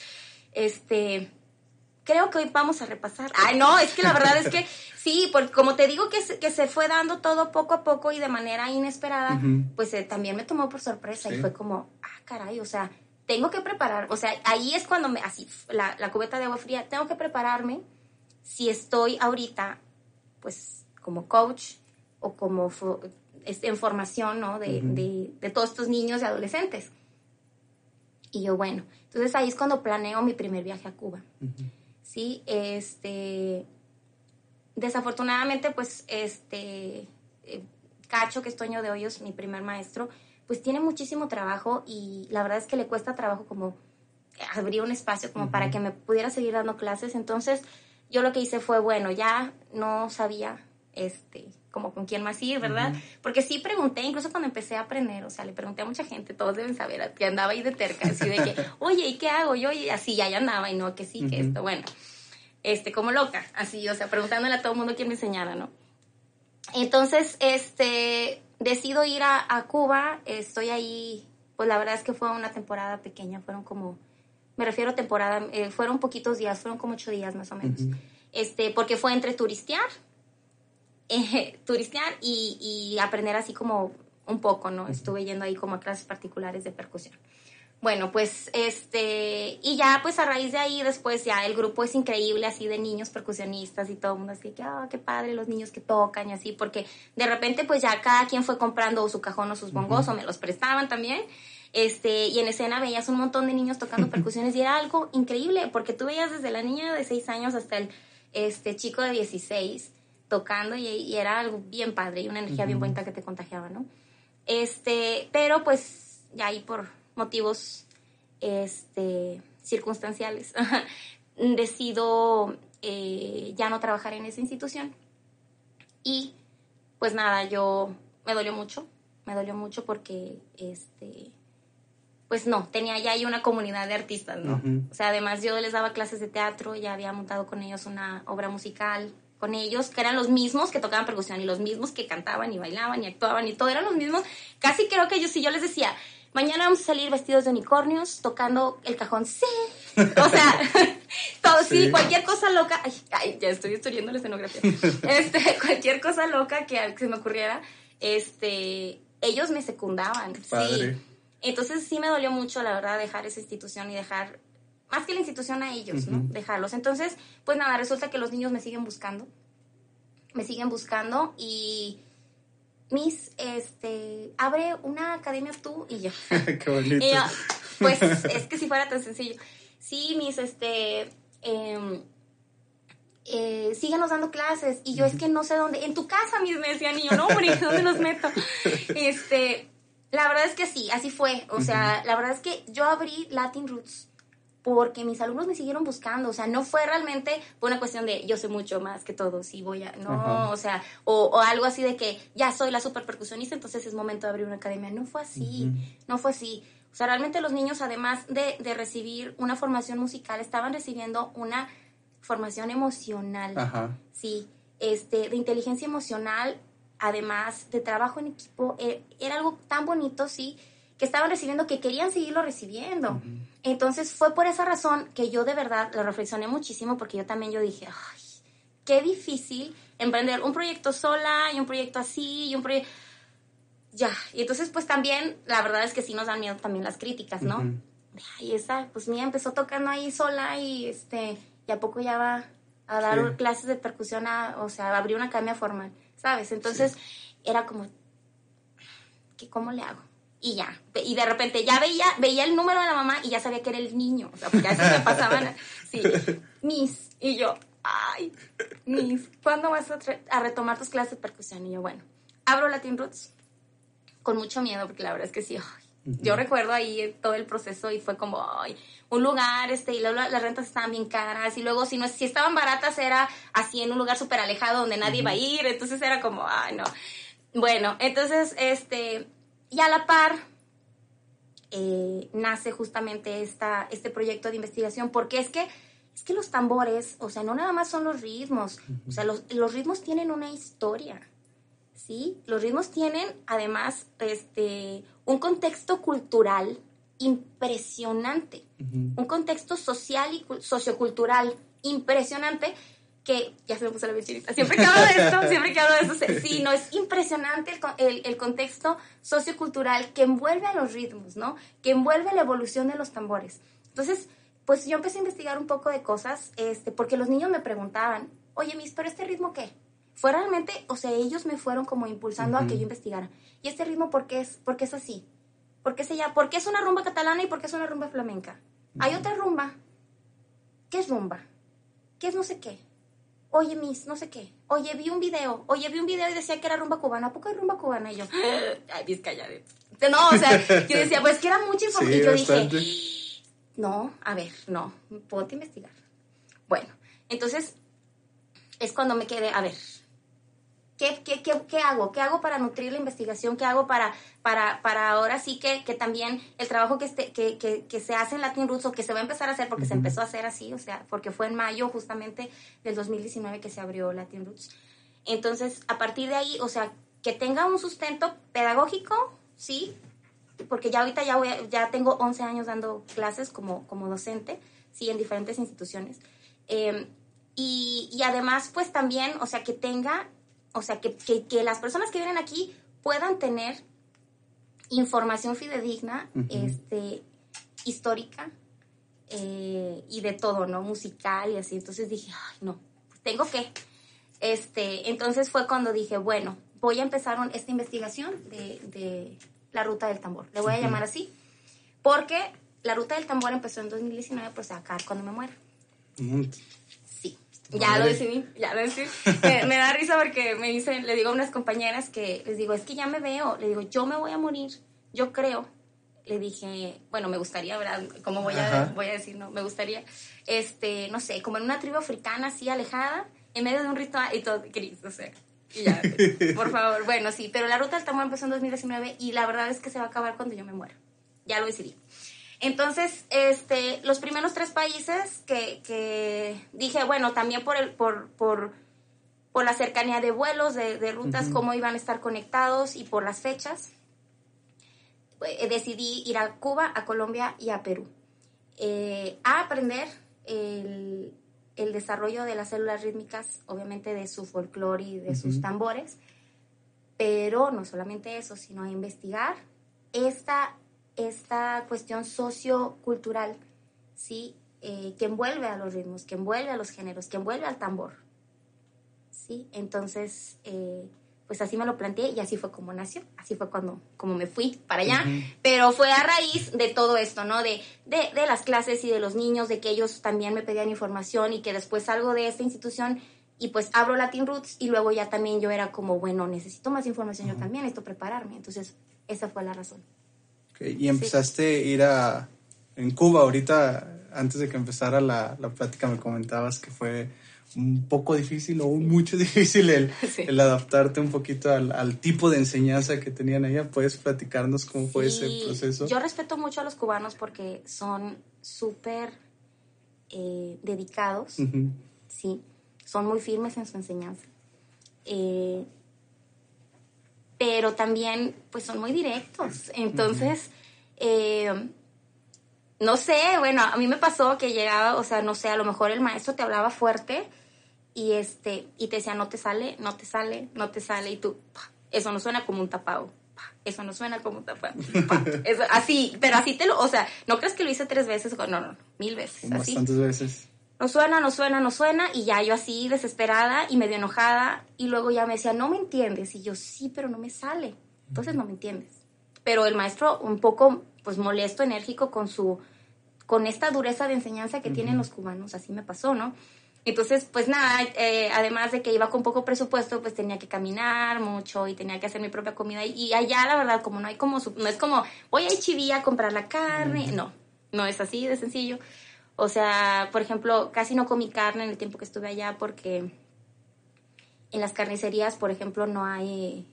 creo que hoy vamos a repasar. Ay, no, es que la verdad es que sí, porque como te digo que se fue dando todo poco a poco y de manera inesperada, uh-huh. pues también me tomó por sorpresa, sí. Y fue como, caray, o sea, tengo que preparar, o sea, ahí es cuando así, la cubeta de agua fría, tengo que prepararme si estoy ahorita, pues, como coach o como en formación, ¿no? Uh-huh. de todos estos niños y adolescentes. Y yo, bueno, entonces ahí es cuando planeo mi primer viaje a Cuba. Uh-huh. Sí, desafortunadamente, pues, Cacho, que es Toño de Hoyos, mi primer maestro, pues tiene muchísimo trabajo y la verdad es que le cuesta trabajo como abrir un espacio como para que me pudiera seguir dando clases. Entonces yo lo que hice fue, bueno, ya no sabía como con quién más ir, ¿verdad? Porque sí pregunté, incluso cuando empecé a aprender, o sea, le pregunté a mucha gente, todos deben saber, que andaba ahí de terca, así de que, oye, ¿y qué hago yo? Y así, ya andaba, y no, que sí, que esto, bueno, como loca, así, o sea, preguntándole a todo el mundo quién me enseñara, ¿no? Entonces, decido ir a Cuba, estoy ahí, pues la verdad es que fue una temporada pequeña, fueron como, me refiero a temporada, fueron poquitos días, fueron como 8 días más o menos, porque fue entre turistear y aprender así como un poco, ¿no? Estuve yendo ahí como a clases particulares de percusión. Bueno, pues, y ya, pues, a raíz de ahí, después ya el grupo es increíble, así, de niños percusionistas y todo el mundo, así que, qué padre los niños que tocan y así, porque de repente, pues, ya cada quien fue comprando su cajón o sus bongos, o me los prestaban también, y en escena veías un montón de niños tocando percusiones y era algo increíble, porque tú veías desde la niña de 6 años hasta el, chico de 16 tocando y era algo bien padre y una energía bien bonita que te contagiaba, ¿no? Pero, pues, ya ahí por motivos circunstanciales decido ya no trabajar en esa institución y pues nada, me dolió mucho porque pues no, tenía ya ahí una comunidad de artistas, ¿no? O sea, además yo les daba clases de teatro, ya había montado con ellos una obra musical con ellos, que eran los mismos que tocaban percusión y los mismos que cantaban y bailaban y actuaban y todo, eran los mismos, casi creo que si yo les decía, mañana vamos a salir vestidos de unicornios, tocando el cajón, sí. O sea, todo, sí, cualquier cosa loca. Ay, ya estoy destruyendo la escenografía. Cualquier cosa loca que se me ocurriera, ellos me secundaban. Padre. Sí. Entonces sí me dolió mucho, la verdad, dejar esa institución y dejar, más que la institución, a ellos, ¿no? Dejarlos. Entonces, pues nada, resulta que los niños me siguen buscando y Miss, abre una academia tú y yo. Qué bonito. Y yo, pues, es que si fuera tan sencillo. Sí, Miss, síguenos dando clases. Y yo, es que no sé dónde. En tu casa, Miss, me decían. Y yo, no, hombre, ¿dónde los meto? La verdad es que sí, así fue. O sea, la verdad es que yo abrí Latin Roots porque mis alumnos me siguieron buscando, o sea, no fue realmente por una cuestión de yo sé mucho más que todos y voy a, no, o sea, o algo así de que ya soy la super percusionista, entonces es momento de abrir una academia. No fue así, no fue así. O sea, realmente los niños, además de recibir una formación musical, estaban recibiendo una formación emocional, sí, de inteligencia emocional, además de trabajo en equipo, era algo tan bonito, sí, que estaban recibiendo, que querían seguirlo recibiendo. Entonces fue por esa razón que yo de verdad lo reflexioné muchísimo, porque yo también dije, ay, qué difícil emprender un proyecto sola y un proyecto así y un proyecto... Ya, y entonces pues también la verdad es que sí nos dan miedo también las críticas, ¿no? Y esa, pues mía empezó tocando ahí sola y y a poco ya va a dar clases de percusión, o sea, abrir una academia formal, ¿sabes? Entonces era como, ¿cómo le hago? Y ya, y de repente ya veía el número de la mamá y ya sabía que era el niño, o sea, porque a veces me pasaban, sí, Miss, y yo, ay, Miss, ¿cuándo vas a retomar tus clases de percusión? Y yo, bueno, abro Latin Roots con mucho miedo, porque la verdad es que sí, ay, yo recuerdo ahí todo el proceso y fue como, ay, un lugar, y luego las rentas estaban bien caras, y luego si estaban baratas era así en un lugar súper alejado donde nadie iba a ir, entonces era como, ay, no. Bueno, entonces, y a la par nace justamente este proyecto de investigación, porque es que los tambores, o sea, no nada más son los ritmos, o sea, los ritmos tienen una historia, ¿sí? Los ritmos tienen, además, un contexto cultural impresionante, un contexto social y sociocultural impresionante, que ya se me puso la vechinita, siempre que hablo de esto, sí, no, es impresionante el contexto sociocultural que envuelve a los ritmos, ¿no? Que envuelve la evolución de los tambores. Entonces, pues yo empecé a investigar un poco de cosas, porque los niños me preguntaban, oye, Miss, ¿pero este ritmo qué? Fue realmente, o sea, ellos me fueron como impulsando a que yo investigara. ¿Y este ritmo por qué es así? ¿Por qué es una rumba catalana y por qué es una rumba flamenca? Hay otra rumba. ¿Qué es rumba? ¿Qué es no sé qué? oye, Miss, no sé qué, oye, vi un video y decía que era rumba cubana, ¿a poco hay rumba cubana? Y yo, ay, Miss, cállate. No, o sea, yo decía, pues que era mucha información, y yo bastante. dije, no, a ver, no, ponte a investigar. Bueno, entonces, es cuando me quedé, a ver, ¿qué hago? ¿Qué hago para nutrir la investigación? ¿Qué hago para ahora sí que también el trabajo que se hace en Latin Roots, o que se va a empezar a hacer, porque se empezó a hacer así, o sea, porque fue en mayo justamente del 2019 que se abrió Latin Roots. Entonces, a partir de ahí, o sea, que tenga un sustento pedagógico, sí, porque ya ahorita ya tengo 11 años dando clases como docente, sí, en diferentes instituciones. Y además, pues también, o sea, que tenga... O sea, que las personas que vienen aquí puedan tener información fidedigna, histórica, y de todo, ¿no? Musical y así. Entonces dije, ay, no, pues tengo que. Entonces fue cuando dije, bueno, voy a empezar esta investigación de la Ruta del Tambor. Le voy a llamar así, porque la Ruta del Tambor empezó en 2019, pues acá cuando me muera. Sí. Ya lo decidí. Me da risa porque le digo a unas compañeras que les digo, es que ya me veo, le digo, yo me voy a morir, yo creo. Le dije, bueno, me gustaría, ¿verdad? ¿Cómo voy a decir? No, me gustaría, no sé, como en una tribu africana así alejada, en medio de un ritual y todo, Cris, o sea, y ya, por favor. Bueno, sí, pero la Ruta del Tambor empezó en 2019 y la verdad es que se va a acabar cuando yo me muera. Ya lo decidí. Entonces, los primeros 3 países que dije, bueno, también por la cercanía de vuelos, de rutas, cómo iban a estar conectados y por las fechas, decidí ir a Cuba, a Colombia y a Perú, a aprender el desarrollo de las células rítmicas, obviamente de su folclore y de sus tambores, pero no solamente eso, sino a investigar esta cuestión sociocultural, ¿sí? Que envuelve a los ritmos, que envuelve a los géneros, que envuelve al tambor, ¿sí? Entonces, pues así me lo planteé y así fue como nació, así fue como me fui para allá, pero fue a raíz de todo esto, ¿no? De las clases y de los niños, de que ellos también me pedían información y que después salgo de esta institución y pues abro Latin Roots y luego ya también yo era como, bueno, necesito más información, yo también necesito prepararme, entonces esa fue la razón. Y empezaste a ir en Cuba ahorita, antes de que empezara la plática me comentabas que fue un poco difícil o mucho difícil el adaptarte un poquito al tipo de enseñanza que tenían allá. ¿Puedes platicarnos cómo fue ese proceso? Yo respeto mucho a los cubanos porque son súper dedicados, sí, son muy firmes en su enseñanza. Pero también pues son muy directos, entonces no sé, bueno, a mí me pasó que llegaba, o sea, no sé, a lo mejor el maestro te hablaba fuerte y y te decía, no te sale, y tú, eso no suena como un tapado, eso no suena como un tapado, eso, así, pero así o sea, no crees que lo hice 3 veces, no, 1000 veces, así. Bastantes veces. No suena, y ya yo así desesperada y medio enojada, y luego ya me decía, no me entiendes, y yo, sí, pero no me sale, entonces no me entiendes. Pero el maestro un poco, pues, molesto, enérgico con esta dureza de enseñanza que tienen los cubanos, así me pasó, ¿no? Entonces, pues nada, además de que iba con poco presupuesto, pues tenía que caminar mucho y tenía que hacer mi propia comida, y allá, la verdad, como no hay como, no es como, voy a H-E-B a comprar la carne, no es así de sencillo. O sea, por ejemplo, casi no comí carne en el tiempo que estuve allá porque en las carnicerías, por ejemplo, no hay...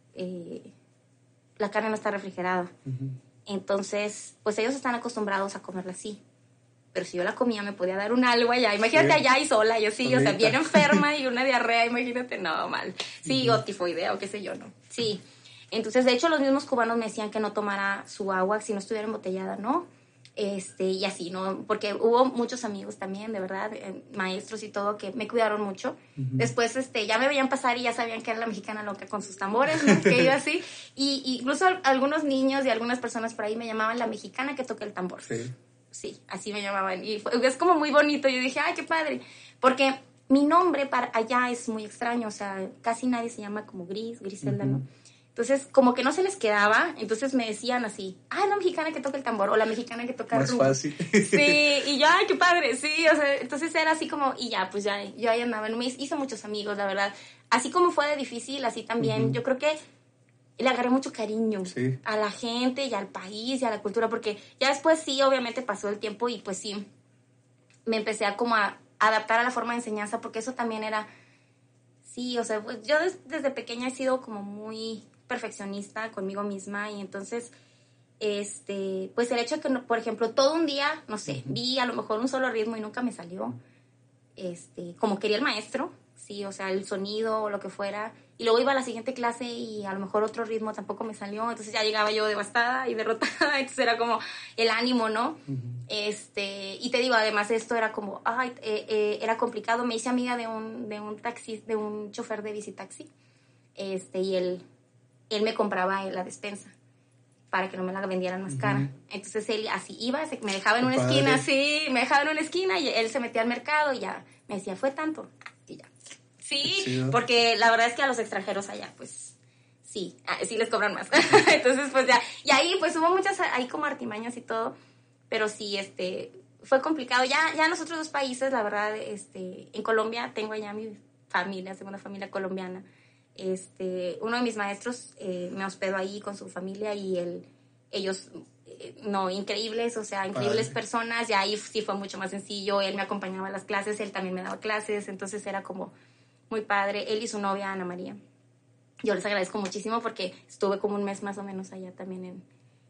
la carne no está refrigerada. Entonces, pues ellos están acostumbrados a comerla así. Pero si yo la comía, me podía dar un algo allá. Imagínate allá y sola, yo sí, o sea, bien enferma y una diarrea, imagínate, no, mal. Sí, o tifoidea o qué sé yo, ¿no? Sí. Entonces, de hecho, los mismos cubanos me decían que no tomara su agua si no estuviera embotellada, ¿no? Y así, ¿no? Porque hubo muchos amigos también, de verdad, maestros y todo, que me cuidaron mucho. Después, ya me veían pasar y ya sabían que era la mexicana loca con sus tambores, ¿no? Que iba así. Y incluso algunos niños y algunas personas por ahí me llamaban la mexicana que toca el tambor. Sí, así me llamaban. Y es como muy bonito. Yo dije, ay, qué padre. Porque mi nombre para allá es muy extraño. O sea, casi nadie se llama como Griselda, ¿no? Entonces, como que no se les quedaba, entonces me decían así, la mexicana que toca el tambor, o la mexicana que toca el rumbo. Más fácil. Sí, y yo, ay, qué padre, sí, o sea, entonces era así como, y ya, pues ya, yo ahí andaba, me hice muchos amigos, la verdad. Así como fue de difícil, así también, yo creo que le agarré mucho cariño a la gente y al país y a la cultura, porque ya después sí, obviamente pasó el tiempo y pues sí, me empecé a como a adaptar a la forma de enseñanza, porque eso también era, sí, o sea, pues yo desde pequeña he sido como muy perfeccionista conmigo misma y entonces, pues el hecho de que, por ejemplo, todo un día, no sé, vi a lo mejor un solo ritmo y nunca me salió, como quería el maestro, sí, o sea, el sonido o lo que fuera, y luego iba a la siguiente clase y a lo mejor otro ritmo tampoco me salió, entonces ya llegaba yo devastada y derrotada, entonces era como el ánimo, ¿no? Y te digo, además esto era como, era complicado, me hice amiga de un chofer de bicitaxi, y él me compraba la despensa para que no me la vendieran más cara. Entonces él así iba, me dejaba en una esquina, sí, me dejaba en una esquina y él se metía al mercado y ya me decía, fue tanto, y ya. Sí, porque la verdad es que a los extranjeros allá, pues, sí les cobran más. Entonces, pues ya, y ahí pues hubo muchas, ahí como artimañas y todo, pero sí, fue complicado. Ya en los otros dos países, la verdad, en Colombia tengo allá mi familia, segunda familia colombiana. Uno de mis maestros me hospedó ahí con su familia y ellos, increíbles, o sea, increíbles personas, y ahí sí fue mucho más sencillo, él me acompañaba a las clases, él también me daba clases, entonces era como muy padre, él y su novia Ana María. Yo les agradezco muchísimo porque estuve como un mes más o menos allá también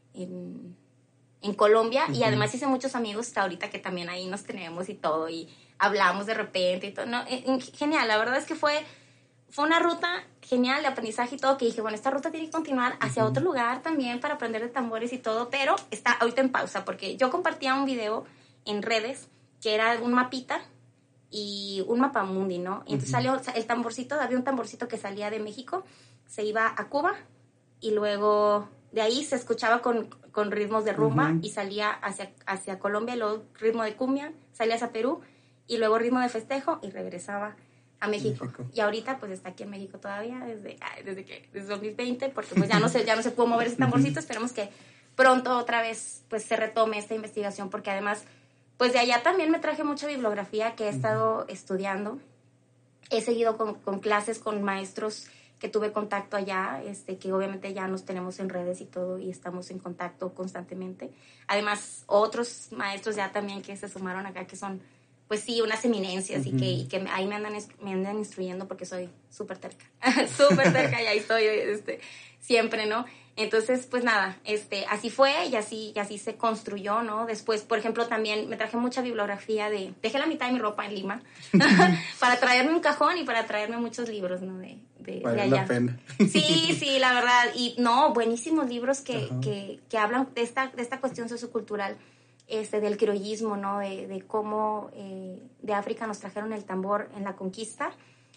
en Colombia, y además hice muchos amigos hasta ahorita que también ahí nos tenemos y todo, y hablamos de repente y todo, genial, la verdad es que fue una ruta genial de aprendizaje y todo, que dije, bueno, esta ruta tiene que continuar hacia otro lugar también para aprender de tambores y todo, pero está ahorita en pausa, porque yo compartía un video en redes que era un mapita y un mapamundi, ¿no? Y entonces salió el tamborcito, había un tamborcito que salía de México, se iba a Cuba, y luego de ahí se escuchaba con ritmos de rumba, y salía hacia Colombia, y luego ritmo de cumbia, salía hacia Perú, y luego ritmo de festejo, y regresaba a México. Y ahorita pues está aquí en México todavía desde 2020, porque pues ya no se pudo mover ese tamborcito. Esperemos que pronto otra vez pues se retome esta investigación, porque además pues de allá también me traje mucha bibliografía que he estado estudiando. He seguido con clases con maestros que tuve contacto allá, que obviamente ya nos tenemos en redes y todo, y estamos en contacto constantemente. Además, otros maestros ya también que se sumaron acá, que son pues sí, unas eminencias, y que ahí me andan instruyendo, porque soy súper terca, y ahí estoy siempre, ¿no? Entonces, pues nada, así fue y así se construyó, ¿no? Después, por ejemplo, también me traje mucha bibliografía dejé la mitad de mi ropa en Lima para traerme un cajón y para traerme muchos libros, ¿no? De vale allá. La pena. Sí, la verdad, y buenísimos libros que hablan de esta cuestión sociocultural, del criollismo, ¿no? De cómo de África nos trajeron el tambor en la conquista.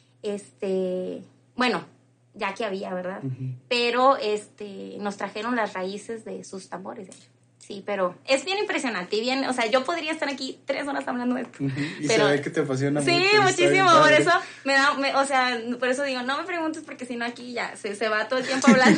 Bueno, ya que había, ¿verdad? Pero nos trajeron las raíces de sus tambores. Sí, pero es bien impresionante y bien, o sea, yo podría estar aquí 3 horas hablando de esto. Y pero, se ve que te apasiona mucho. Sí, muchísimo, por eso o sea, por eso digo, no me preguntes, porque si no aquí ya se va todo el tiempo hablando.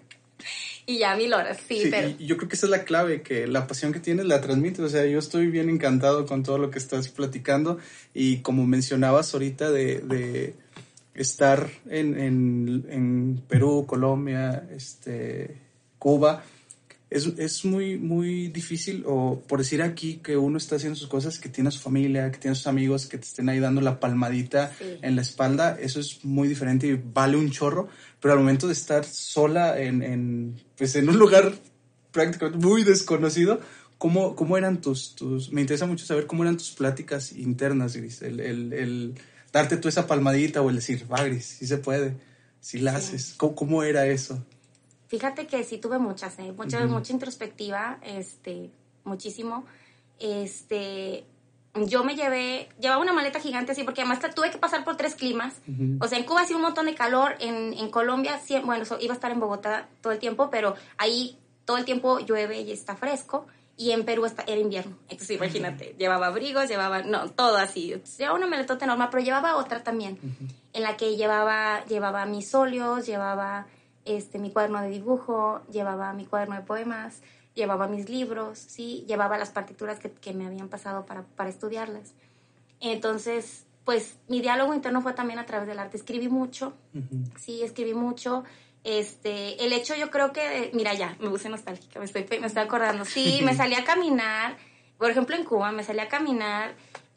Y ya 1000 horas, sí, pero... Y yo creo que esa es la clave, que la pasión que tienes la transmites. O sea, yo estoy bien encantado con todo lo que estás platicando, y como mencionabas ahorita de estar en Perú, Colombia, Cuba, es muy, muy difícil, o por decir aquí, que uno está haciendo sus cosas, que tiene a su familia, que tiene a sus amigos, que te estén ahí dando la palmadita en la espalda. Eso es muy diferente y vale un chorro. Pero al momento de estar sola en un lugar prácticamente muy desconocido, ¿cómo eran me interesa mucho saber cómo eran tus pláticas internas, Gris? El darte tú esa palmadita, o el decir, va, Gris, sí se puede, sí la haces. ¿Cómo era eso? Fíjate que sí tuve mucha mucha introspectiva, muchísimo. Yo llevaba una maleta gigante así, porque además tuve que pasar por 3 climas. O sea, en Cuba hacía un montón de calor, en Colombia, iba a estar en Bogotá todo el tiempo, pero ahí todo el tiempo llueve y está fresco, y en Perú era invierno. Entonces imagínate, llevaba abrigos, todo así. Entonces, llevaba una maletota normal, pero llevaba otra también, en la que llevaba mis óleos, llevaba mi cuaderno de dibujo, llevaba mi cuaderno de poemas, llevaba mis libros, ¿sí? Llevaba las partituras que me habían pasado para estudiarlas. Entonces, pues mi diálogo interno fue también a través del arte. Escribí mucho, sí, escribí mucho. El hecho, yo creo que, mira, ya, me puse nostálgica, me estoy acordando. Sí, me salí a caminar, por ejemplo, en Cuba, me salí a caminar,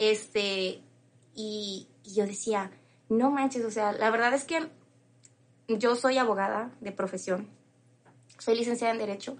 y yo decía, no manches, o sea, la verdad es que yo soy abogada de profesión, soy licenciada en Derecho,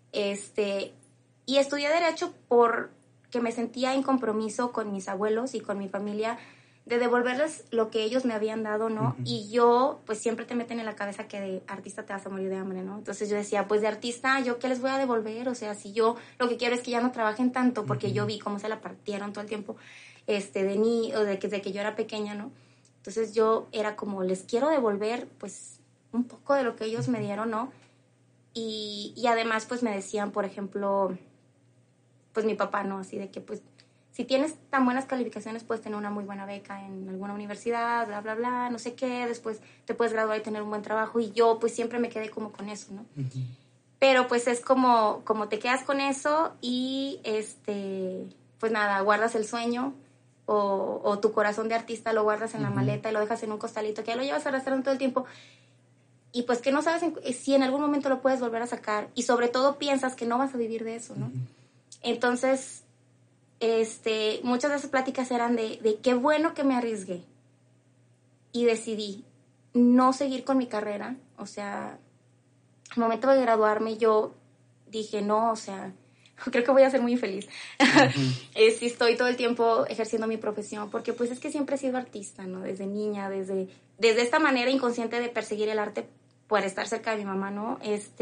y estudié Derecho porque me sentía en compromiso con mis abuelos y con mi familia de devolverles lo que ellos me habían dado, ¿no? Uh-huh. Y yo, pues siempre te meten en la cabeza que de artista te vas a morir de hambre, ¿no? Entonces yo decía, pues de artista, ¿yo qué les voy a devolver? O sea, si yo lo que quiero es que ya no trabajen tanto, porque uh-huh. yo vi cómo se la partieron todo el tiempo, desde que yo era pequeña, ¿no? Entonces yo era como, les quiero devolver, pues, un poco de lo que ellos me dieron, ¿no? Y además, pues, me decían, por ejemplo, pues, mi papá, ¿no? Así de que, pues, si tienes tan buenas calificaciones, puedes tener una muy buena beca en alguna universidad, bla, bla, bla, no sé qué, después te puedes graduar y tener un buen trabajo. Y yo, pues, siempre me quedé como con eso, ¿no? Uh-huh. Pero, pues, es como te quedas con eso y, pues, nada, guardas el sueño o tu corazón de artista lo guardas en uh-huh. la maleta y lo dejas en un costalito que ya lo llevas arrastrando todo el tiempo. Y, pues, que no sabes si en algún momento lo puedes volver a sacar. Y, sobre todo, piensas que no vas a vivir de eso, ¿no? Uh-huh. Entonces, muchas de esas pláticas eran de qué bueno que me arriesgué y decidí no seguir con mi carrera. O sea, al momento de graduarme yo dije, no, o sea, creo que voy a ser muy infeliz uh-huh. Si estoy todo el tiempo ejerciendo mi profesión, porque pues es que siempre he sido artista, ¿no? Desde niña, desde esta manera inconsciente de perseguir el arte por estar cerca de mi mamá, ¿no?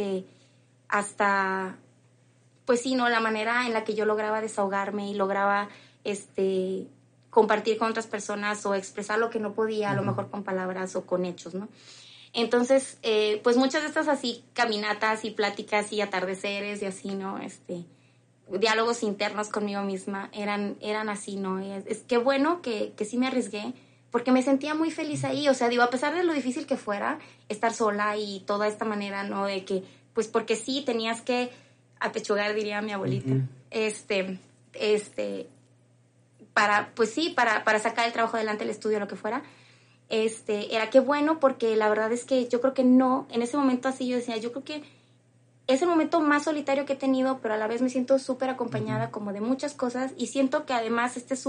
Hasta, pues sí, ¿no? La manera en la que yo lograba desahogarme y lograba, compartir con otras personas o expresar lo que no podía, uh-huh. a lo mejor con palabras o con hechos, ¿no? Entonces, pues muchas de estas así caminatas y pláticas y atardeceres y así, ¿no? Diálogos internos conmigo misma eran así, ¿no? Es que bueno que sí me arriesgué porque me sentía muy feliz ahí. O sea, digo, a pesar de lo difícil que fuera estar sola y toda esta manera, ¿no? De que, pues porque sí tenías que apechugar, diría mi abuelita, uh-huh. para sacar el trabajo adelante, el estudio, lo que fuera, era que bueno, porque la verdad es que yo creo que no, en ese momento así yo decía, yo creo que es el momento más solitario que he tenido, pero a la vez me siento súper acompañada uh-huh. como de muchas cosas, y siento que además este es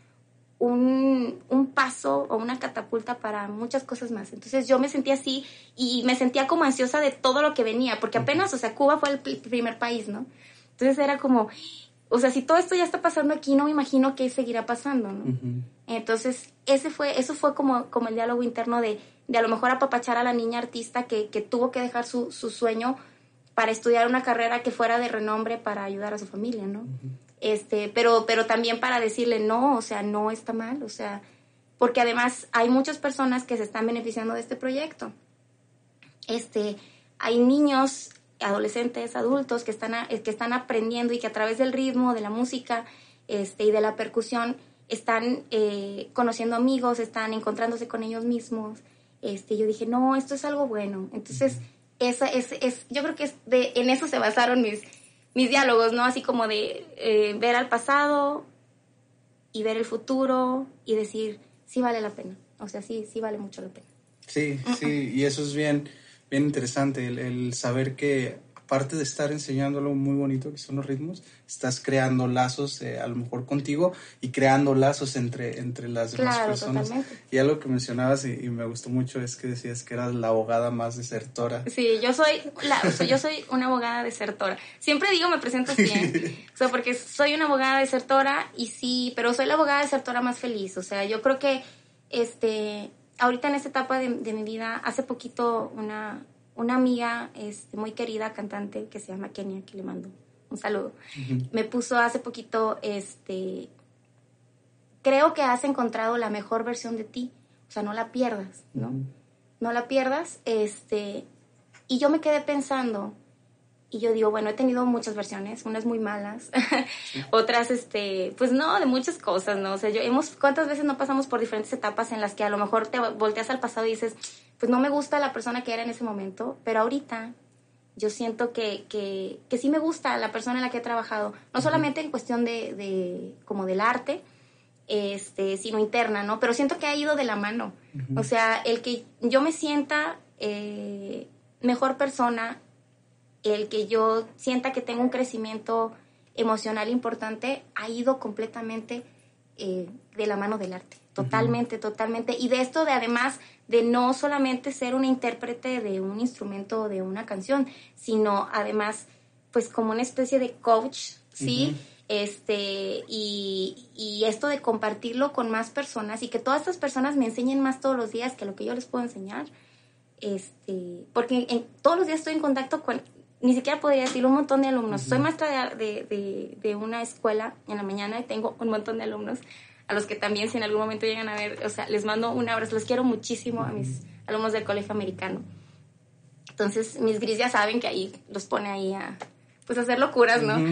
un paso o una catapulta para muchas cosas más. Entonces yo me sentía así y me sentía como ansiosa de todo lo que venía, porque apenas, o sea, Cuba fue el primer país, ¿no? Entonces era como, o sea, si todo esto ya está pasando aquí, no me imagino qué seguirá pasando, ¿no? Uh-huh. Entonces eso fue como el diálogo interno de a lo mejor apapachar a la niña artista que tuvo que dejar su sueño para estudiar una carrera que fuera de renombre para ayudar a su familia, ¿no? Uh-huh. Pero también para decirle no, o sea, no está mal, o sea, porque además hay muchas personas que se están beneficiando de este proyecto. Hay niños, adolescentes, adultos que están aprendiendo y que a través del ritmo, de la música, y de la percusión están conociendo amigos, están encontrándose con ellos mismos. Yo dije, no, esto es algo bueno. Entonces, yo creo que en eso se basaron mis diálogos, ¿no? Así como de ver al pasado y ver el futuro y decir, sí vale la pena. O sea, sí vale mucho la pena. Sí, sí, y eso es bien interesante, el saber que aparte de estar enseñando algo muy bonito que son los ritmos, estás creando lazos a lo mejor contigo y creando lazos entre las demás personas. Totalmente. Y algo que mencionabas y me gustó mucho es que decías que eras la abogada más desertora. Sí, yo soy una abogada desertora. Siempre digo, me presento así, o sea, porque soy una abogada desertora y sí, pero soy la abogada desertora más feliz. O sea, yo creo que ahorita en esta etapa de mi vida, hace poquito una amiga muy querida, cantante, que se llama Kenia, que le mando un saludo, uh-huh. me puso hace poquito, creo que has encontrado la mejor versión de ti, o sea, no la pierdas, ¿no? Uh-huh. No la pierdas, y yo me quedé pensando, y yo digo, bueno, he tenido muchas versiones, unas muy malas, sí. Otras, pues no, de muchas cosas, ¿no? O sea, ¿cuántas veces no pasamos por diferentes etapas en las que a lo mejor te volteas al pasado y dices, pues no me gusta la persona que era en ese momento, pero ahorita yo siento que sí me gusta la persona en la que he trabajado, no solamente en cuestión de como del arte, sino interna, ¿no? Pero siento que ha ido de la mano. O sea, el que yo me sienta mejor persona, el que yo sienta que tengo un crecimiento emocional importante, ha ido completamente de la mano del arte. Totalmente, totalmente. Y de esto de además de no solamente ser una intérprete de un instrumento o de una canción, sino además pues como una especie de coach, ¿sí? Y esto de compartirlo con más personas y que todas estas personas me enseñen más todos los días que lo que yo les puedo enseñar. Porque todos los días estoy en contacto con, ni siquiera podría decir, un montón de alumnos. Soy maestra de una escuela en la mañana y tengo un montón de alumnos a los que también, si en algún momento llegan a ver, o sea, les mando un abrazo, los quiero muchísimo a mis alumnos del colegio americano. Entonces, mis gris ya saben que ahí los pone ahí a, pues, a hacer locuras, ¿no?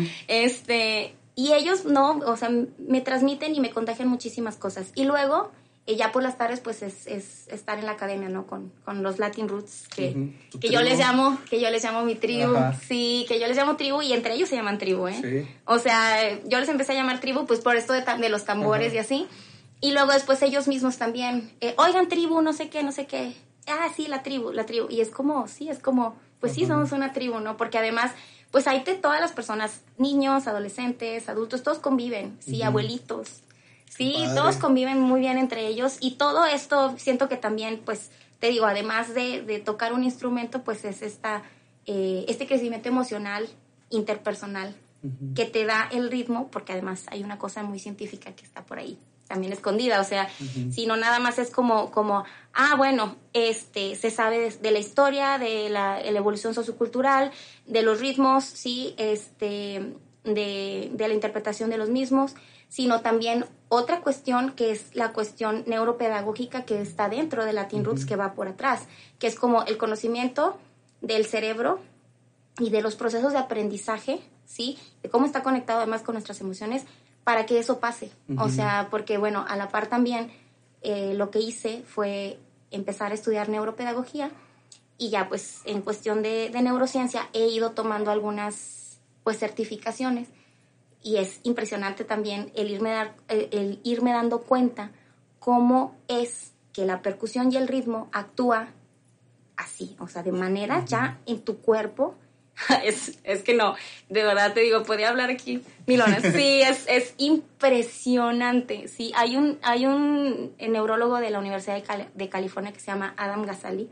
Y ellos, no, o sea, me transmiten y me contagian muchísimas cosas. Y luego, ya por las tardes, pues, es estar en la academia, ¿no? Con los Latin Roots, que yo les llamo mi tribu. Ajá. Sí, que yo les llamo tribu y entre ellos se llaman tribu, ¿eh? Sí. O sea, yo les empecé a llamar tribu, pues, por esto de los tambores. Ajá. Y así. Y luego después ellos mismos también, oigan, tribu, no sé qué. Ah, sí, la tribu. Y es como, pues sí, somos una tribu, ¿no? Porque además, pues ahí todas las personas, niños, adolescentes, adultos, todos conviven, sí, abuelitos. Sí, todos conviven muy bien entre ellos y todo esto siento que también, pues, te digo, además de tocar un instrumento, pues es este crecimiento emocional, interpersonal, que te da el ritmo, porque además hay una cosa muy científica que está por ahí también escondida, o sea, si no nada más es como bueno, se sabe de la historia, de la evolución sociocultural, de los ritmos, sí, de la interpretación de los mismos, sino también otra cuestión que es la cuestión neuropedagógica que está dentro de Latin Roots, que va por atrás, que es como el conocimiento del cerebro y de los procesos de aprendizaje, ¿sí? De cómo está conectado además con nuestras emociones para que eso pase. O sea, porque bueno, a la par también lo que hice fue empezar a estudiar neuropedagogía y ya pues en cuestión de neurociencia he ido tomando algunas pues certificaciones. Y es impresionante también el irme dando cuenta cómo es que la percusión y el ritmo actúa así, o sea, de manera ya en tu cuerpo. Es que no, de verdad te digo, podría hablar aquí 1000 horas. Sí, es impresionante. Sí, hay un neurólogo de la Universidad de California que se llama Adam Gazzaley,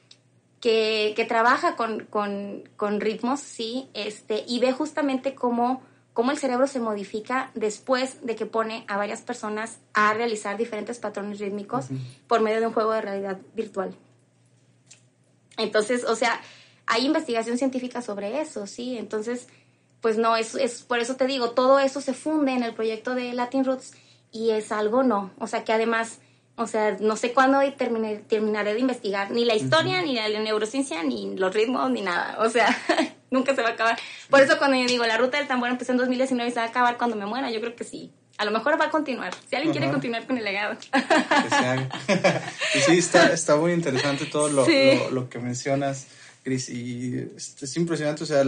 que trabaja con ritmos, sí, y ve justamente cómo el cerebro se modifica después de que pone a varias personas a realizar diferentes patrones rítmicos por medio de un juego de realidad virtual. Entonces, o sea, hay investigación científica sobre eso, ¿sí? Entonces, pues no, es por eso te digo, todo eso se funde en el proyecto de Latin Roots y es algo o sea, que además, o sea, no sé cuándo terminaré de investigar ni la historia, ni la neurociencia, ni los ritmos, ni nada, o sea... Nunca se va a acabar. Por eso cuando yo digo, la ruta del tambor empezó en 2019 y se va a acabar cuando me muera, yo creo que sí. A lo mejor va a continuar. Si alguien quiere continuar con el legado. Que se haga. Y sí, está muy interesante todo lo que mencionas, Gris. Y es impresionante, o sea,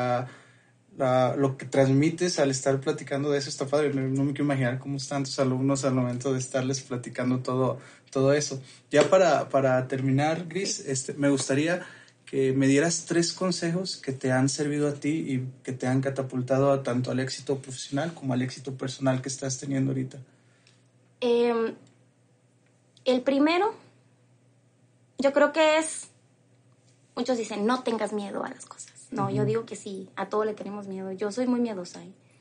lo que transmites al estar platicando de eso está padre. No me quiero imaginar cómo están tus alumnos al momento de estarles platicando todo eso. Ya para terminar, Gris, me gustaría que me dieras 3 consejos que te han servido a ti y que te han catapultado tanto al éxito profesional como al éxito personal que estás teniendo ahorita. El primero, yo creo que muchos dicen, no tengas miedo a las cosas. No, yo digo que sí, a todo le tenemos miedo. Yo soy muy miedosa.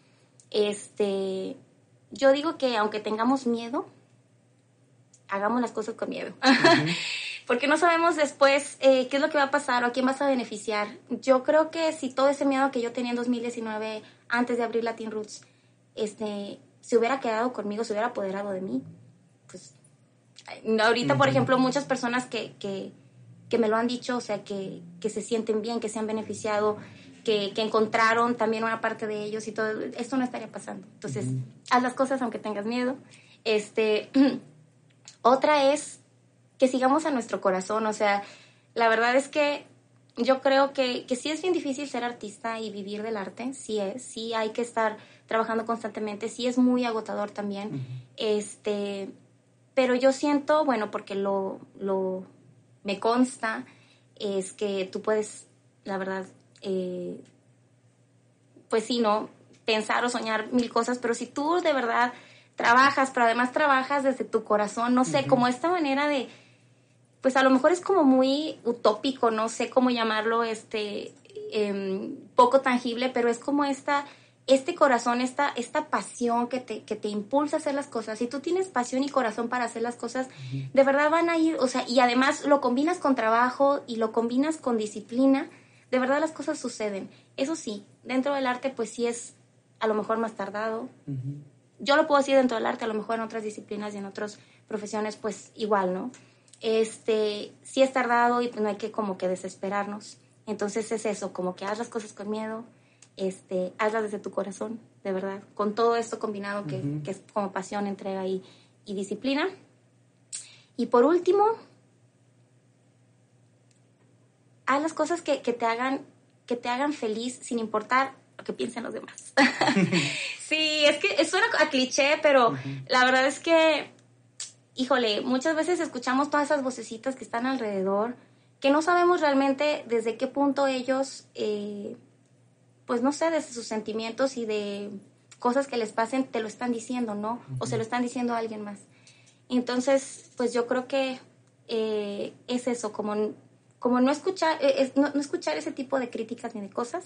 Yo digo que aunque tengamos miedo, hagamos las cosas con miedo. Porque no sabemos después qué es lo que va a pasar o a quién vas a beneficiar. Yo creo que si todo ese miedo que yo tenía en 2019, antes de abrir Latin Roots, se hubiera quedado conmigo, se hubiera apoderado de mí, pues ahorita, por ejemplo, muchas personas que me lo han dicho, o sea, que se sienten bien, que se han beneficiado, que encontraron también una parte de ellos y todo, esto no estaría pasando. Entonces, haz las cosas aunque tengas miedo. Otra es que sigamos a nuestro corazón. O sea, la verdad es que yo creo que sí es bien difícil ser artista y vivir del arte, sí hay que estar trabajando constantemente, sí es muy agotador también, pero yo siento, bueno, porque me consta, es que tú puedes, la verdad, pues sí, ¿no? Pensar o soñar mil cosas, pero si tú de verdad trabajas, pero además trabajas desde tu corazón, no sé, como esta manera de, pues a lo mejor es como muy utópico, no sé cómo llamarlo, poco tangible, pero es como este corazón, esta pasión que te impulsa a hacer las cosas. Si tú tienes pasión y corazón para hacer las cosas, de verdad van a ir, o sea, y además lo combinas con trabajo y lo combinas con disciplina, de verdad las cosas suceden. Eso sí, dentro del arte pues sí es a lo mejor más tardado. Yo lo puedo decir dentro del arte, a lo mejor en otras disciplinas y en otras profesiones pues igual, ¿no? Sí es tardado y pues no hay que como que desesperarnos. Entonces es eso, como que haz las cosas con miedo, hazlas desde tu corazón, de verdad, con todo esto combinado que es como pasión, entrega y disciplina. Y por último, haz las cosas que te hagan feliz sin importar lo que piensen los demás. Sí, es que suena a cliché, pero la verdad es que, híjole, muchas veces escuchamos todas esas vocecitas que están alrededor, que no sabemos realmente desde qué punto ellos, pues no sé, desde sus sentimientos y de cosas que les pasen, te lo están diciendo, ¿no? O se lo están diciendo a alguien más. Entonces, pues yo creo que es eso, como no escuchar, no escuchar ese tipo de críticas ni de cosas,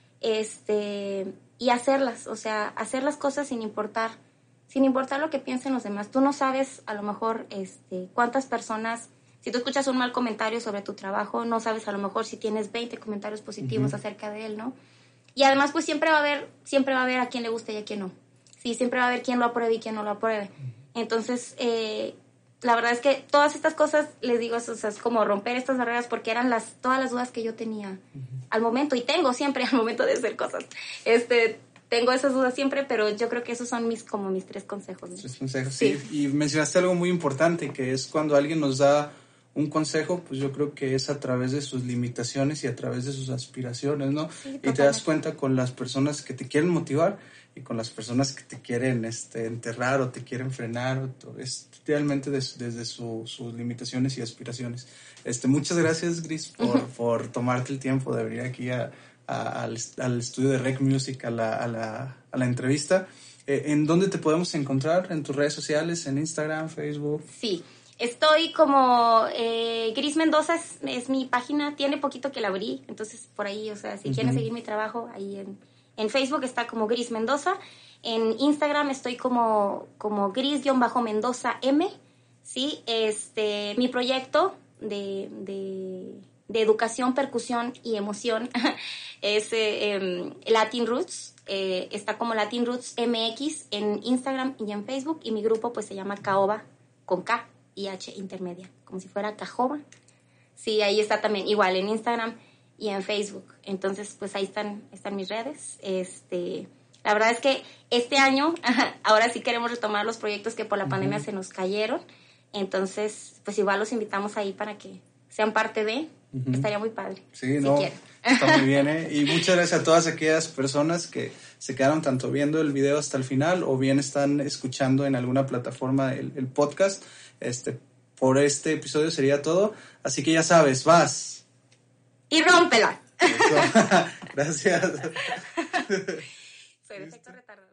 y hacerlas, o sea, hacer las cosas sin importar lo que piensen los demás. Tú no sabes, a lo mejor, cuántas personas, si tú escuchas un mal comentario sobre tu trabajo, no sabes a lo mejor si tienes 20 comentarios positivos acerca de él, ¿no? Y además, pues siempre va a haber a quien le guste y a quien no. Sí, siempre va a haber quien lo apruebe y quien no lo apruebe. Entonces, la verdad es que todas estas cosas, les digo, o sea, es como romper estas barreras porque eran todas las dudas que yo tenía al momento, y tengo siempre al momento de hacer cosas. Tengo esas dudas siempre, pero yo creo que esos son mis 3 consejos. 3 consejos, sí. Y mencionaste algo muy importante, que es cuando alguien nos da un consejo, pues yo creo que es a través de sus limitaciones y a través de sus aspiraciones, ¿no? Sí, y te das cuenta con las personas que te quieren motivar y con las personas que te quieren enterrar o te quieren frenar, es realmente desde sus limitaciones y aspiraciones. Muchas gracias, Gris, por tomarte el tiempo de venir aquí al estudio de Rec Music, a la entrevista. ¿En dónde te podemos encontrar? ¿En tus redes sociales? ¿En Instagram, Facebook? Sí, estoy como Gris Mendoza, es mi página, tiene poquito que la abrí, entonces por ahí, o sea, si quieren seguir mi trabajo, ahí en Facebook está como Gris Mendoza, en Instagram estoy como Gris-Mendoza M, ¿sí? Mi proyecto de educación, percusión y emoción es Latin Roots, está como Latin Roots MX en Instagram y en Facebook, y mi grupo pues se llama Caoba, con K y H intermedia, como si fuera Cajoba. Sí, ahí está también, igual en Instagram y en Facebook. Entonces, pues ahí están mis redes. La verdad es que este año, ahora sí queremos retomar los proyectos que por la pandemia se nos cayeron. Entonces, pues igual los invitamos ahí para que sean parte de. Estaría muy padre. Sí, no, está muy bien, ¿eh? Y muchas gracias a todas aquellas personas que se quedaron tanto viendo el video hasta el final o bien están escuchando en alguna plataforma el podcast. Por este episodio sería todo. Así que ya sabes, vas. Y rómpela. Gracias. Soy de efecto retardado.